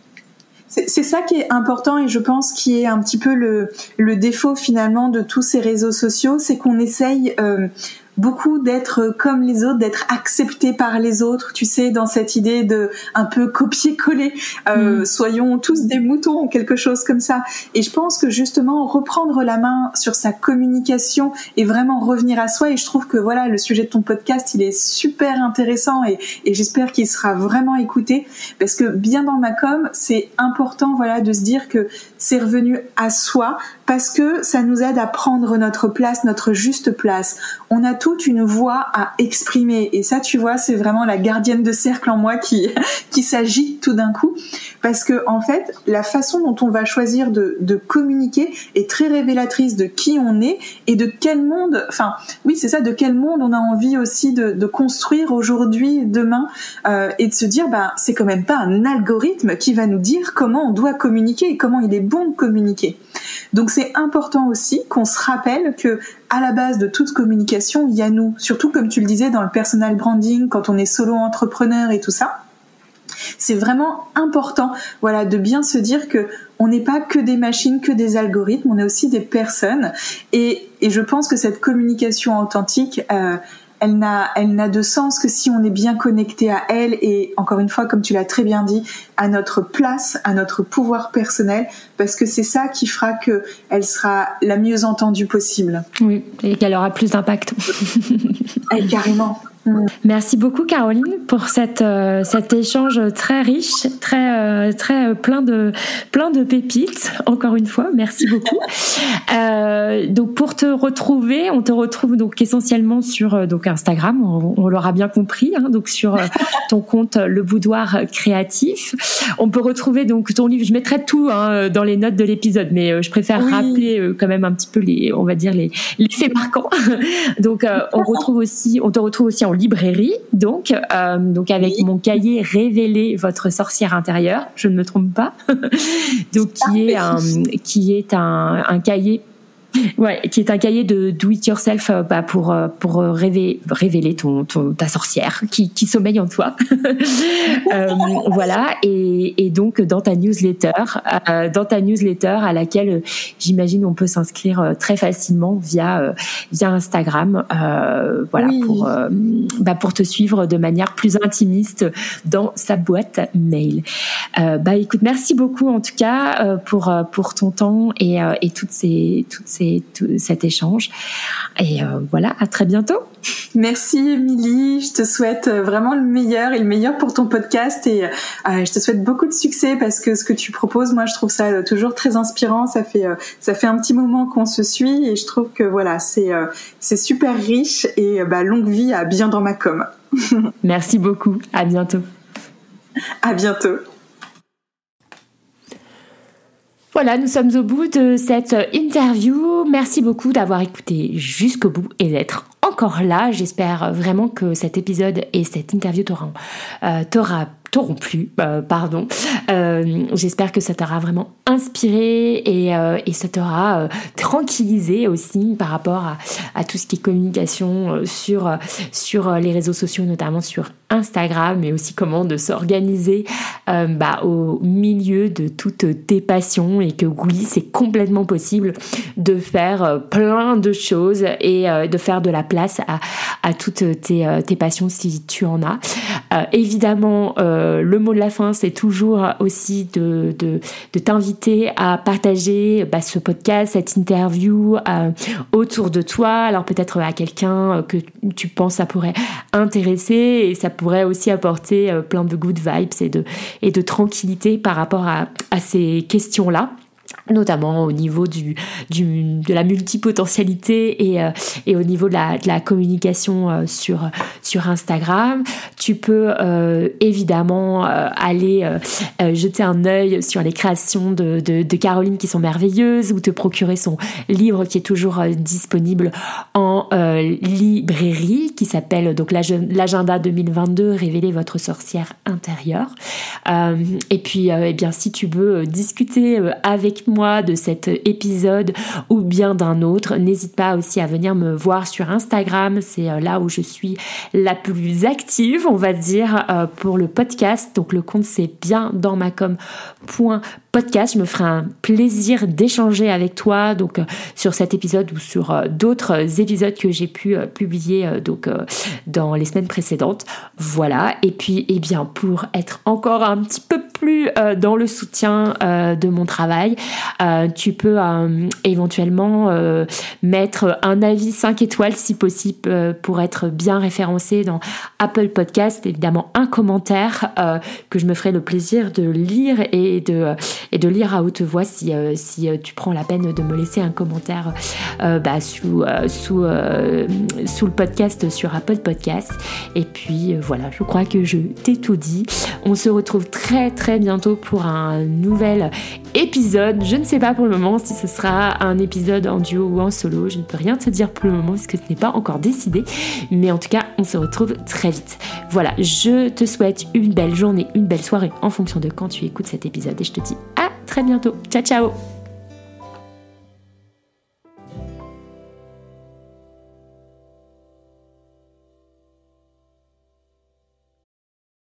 C'est, c'est ça qui est important et je pense qui est un petit peu le le défaut finalement de tous ces réseaux sociaux, c'est qu'on essaye euh, beaucoup d'être comme les autres, d'être accepté par les autres, tu sais, dans cette idée de un peu copier-coller, euh, mmh. soyons tous des moutons, quelque chose comme ça. Et je pense que justement, reprendre la main sur sa communication et vraiment revenir à soi, et je trouve que voilà, le sujet de ton podcast, il est super intéressant et, et j'espère qu'il sera vraiment écouté, parce que bien dans ma com, c'est important voilà, de se dire que c'est revenu à soi, parce que ça nous aide à prendre notre place, notre juste place. On a toute une voix à exprimer. Et ça, tu vois, c'est vraiment la gardienne de cercle en moi qui, qui s'agite tout d'un coup. Parce que, en fait, la façon dont on va choisir de, de communiquer est très révélatrice de qui on est et de quel monde, enfin, oui, c'est ça, de quel monde on a envie aussi de, de construire aujourd'hui, demain, euh, et de se dire, bah, c'est quand même pas un algorithme qui va nous dire comment on doit communiquer et comment il est bon de communiquer. Donc, c'est important aussi qu'on se rappelle que à la base de toute communication, il y a nous. Surtout, comme tu le disais, dans le personal branding, quand on est solo-entrepreneur et tout ça. C'est vraiment important, voilà, de bien se dire que on n'est pas que des machines, que des algorithmes, on est aussi des personnes. Et, et je pense que cette communication authentique, euh, elle n'a, elle n'a de sens que si on est bien connecté à elle et, encore une fois, comme tu l'as très bien dit, à notre place, à notre pouvoir personnel, parce que c'est ça qui fera que elle sera la mieux entendue possible. Oui, et qu'elle aura plus d'impact. Et carrément. Merci beaucoup Caroline pour cette euh, cet échange très riche, très euh, très plein de plein de pépites. Encore une fois, merci beaucoup. Euh, donc pour te retrouver, on te retrouve donc essentiellement sur euh, donc Instagram, on, on l'aura bien compris, hein, donc sur euh, ton compte Le Boudoir Créatif. On peut retrouver donc ton livre. Je mettrai tout hein, dans les notes de l'épisode, mais euh, je préfère oui. rappeler euh, quand même un petit peu les, on va dire les les faits marquants. Donc euh, on retrouve aussi, on te retrouve aussi en librairie, donc euh, donc avec oui. mon cahier Révéler votre sorcière intérieure, je ne me trompe pas. Donc qui est un qui est un, un cahier Ouais, qui est un cahier de do it yourself euh, bah, pour euh, pour révéler, révéler ton, ton ta sorcière qui qui sommeille en toi. euh, voilà, et et donc dans ta newsletter, euh, dans ta newsletter à laquelle euh, j'imagine on peut s'inscrire euh, très facilement via euh, via Instagram, euh, voilà, oui. pour euh, bah pour te suivre de manière plus intimiste dans sa boîte mail. Euh, bah écoute, merci beaucoup en tout cas euh, pour pour ton temps et euh, et toutes ces toutes ces tout cet échange. Et euh, voilà, à très bientôt. Merci Émilie, je te souhaite vraiment le meilleur et le meilleur pour ton podcast et euh, je te souhaite beaucoup de succès parce que ce que tu proposes, moi je trouve ça toujours très inspirant. Ça fait euh, ça fait un petit moment qu'on se suit et je trouve que voilà, c'est euh, c'est super riche et bah longue vie à Bien dans ma com. Merci beaucoup, à bientôt. À bientôt. Voilà, nous sommes au bout de cette interview. Merci beaucoup d'avoir écouté jusqu'au bout et d'être encore là. J'espère vraiment que cet épisode et cette interview t'auront, euh, t'aura, t'auront plu. Euh, pardon. Euh, j'espère que ça t'aura vraiment inspiré et, euh, et ça t'aura euh, tranquillisé aussi par rapport à, à tout ce qui est communication sur, sur les réseaux sociaux, notamment sur Instagram, mais aussi comment de s'organiser euh, bah, au milieu de toutes tes passions et que oui, c'est complètement possible de faire euh, plein de choses et euh, de faire de la place à, à toutes tes, euh, tes passions si tu en as. Euh, évidemment, euh, le mot de la fin, c'est toujours aussi de, de, de t'inviter à partager bah, ce podcast, cette interview euh, autour de toi. Alors peut-être à quelqu'un que tu penses ça pourrait intéresser et ça pourrait aussi apporter euh, plein de good vibes et de, et de tranquillité par rapport à, à ces questions-là, notamment au niveau du, du de la multipotentialité et, euh, et au niveau de la, de la communication euh, sur, sur Instagram. Tu peux euh, évidemment euh, aller euh, euh, jeter un œil sur les créations de, de, de Caroline qui sont merveilleuses ou te procurer son livre qui est toujours euh, disponible en euh, librairie qui s'appelle donc l'agenda deux mille vingt-deux, révéler votre sorcière intérieure. Euh, et puis euh, eh bien si tu veux discuter euh, avec moi de cet épisode ou bien d'un autre, n'hésite pas aussi à venir me voir sur Instagram, c'est là où je suis la plus active, on va dire, pour le podcast. Donc le compte c'est bien dans ma com point podcast. Je me ferai un plaisir d'échanger avec toi donc sur cet épisode ou sur d'autres épisodes que j'ai pu publier donc dans les semaines précédentes. Voilà, et puis eh bien pour être encore un petit peu plus dans le soutien de mon travail, Euh, tu peux euh, éventuellement euh, mettre un avis cinq étoiles si possible euh, pour être bien référencé dans Apple Podcast, évidemment un commentaire euh, que je me ferai le plaisir de lire et de, et de lire à haute voix si, euh, si euh, tu prends la peine de me laisser un commentaire euh, bah, sous, euh, sous, euh, sous le podcast sur Apple Podcast. Et puis euh, voilà, je crois que je t'ai tout dit. On se retrouve très très bientôt pour un nouvel épisode. Je ne sais pas pour le moment si ce sera un épisode en duo ou en solo. Je ne peux rien te dire pour le moment parce que ce n'est pas encore décidé. Mais en tout cas, on se retrouve très vite. Voilà, je te souhaite une belle journée, une belle soirée en fonction de quand tu écoutes cet épisode. Et je te dis à très bientôt. Ciao, ciao!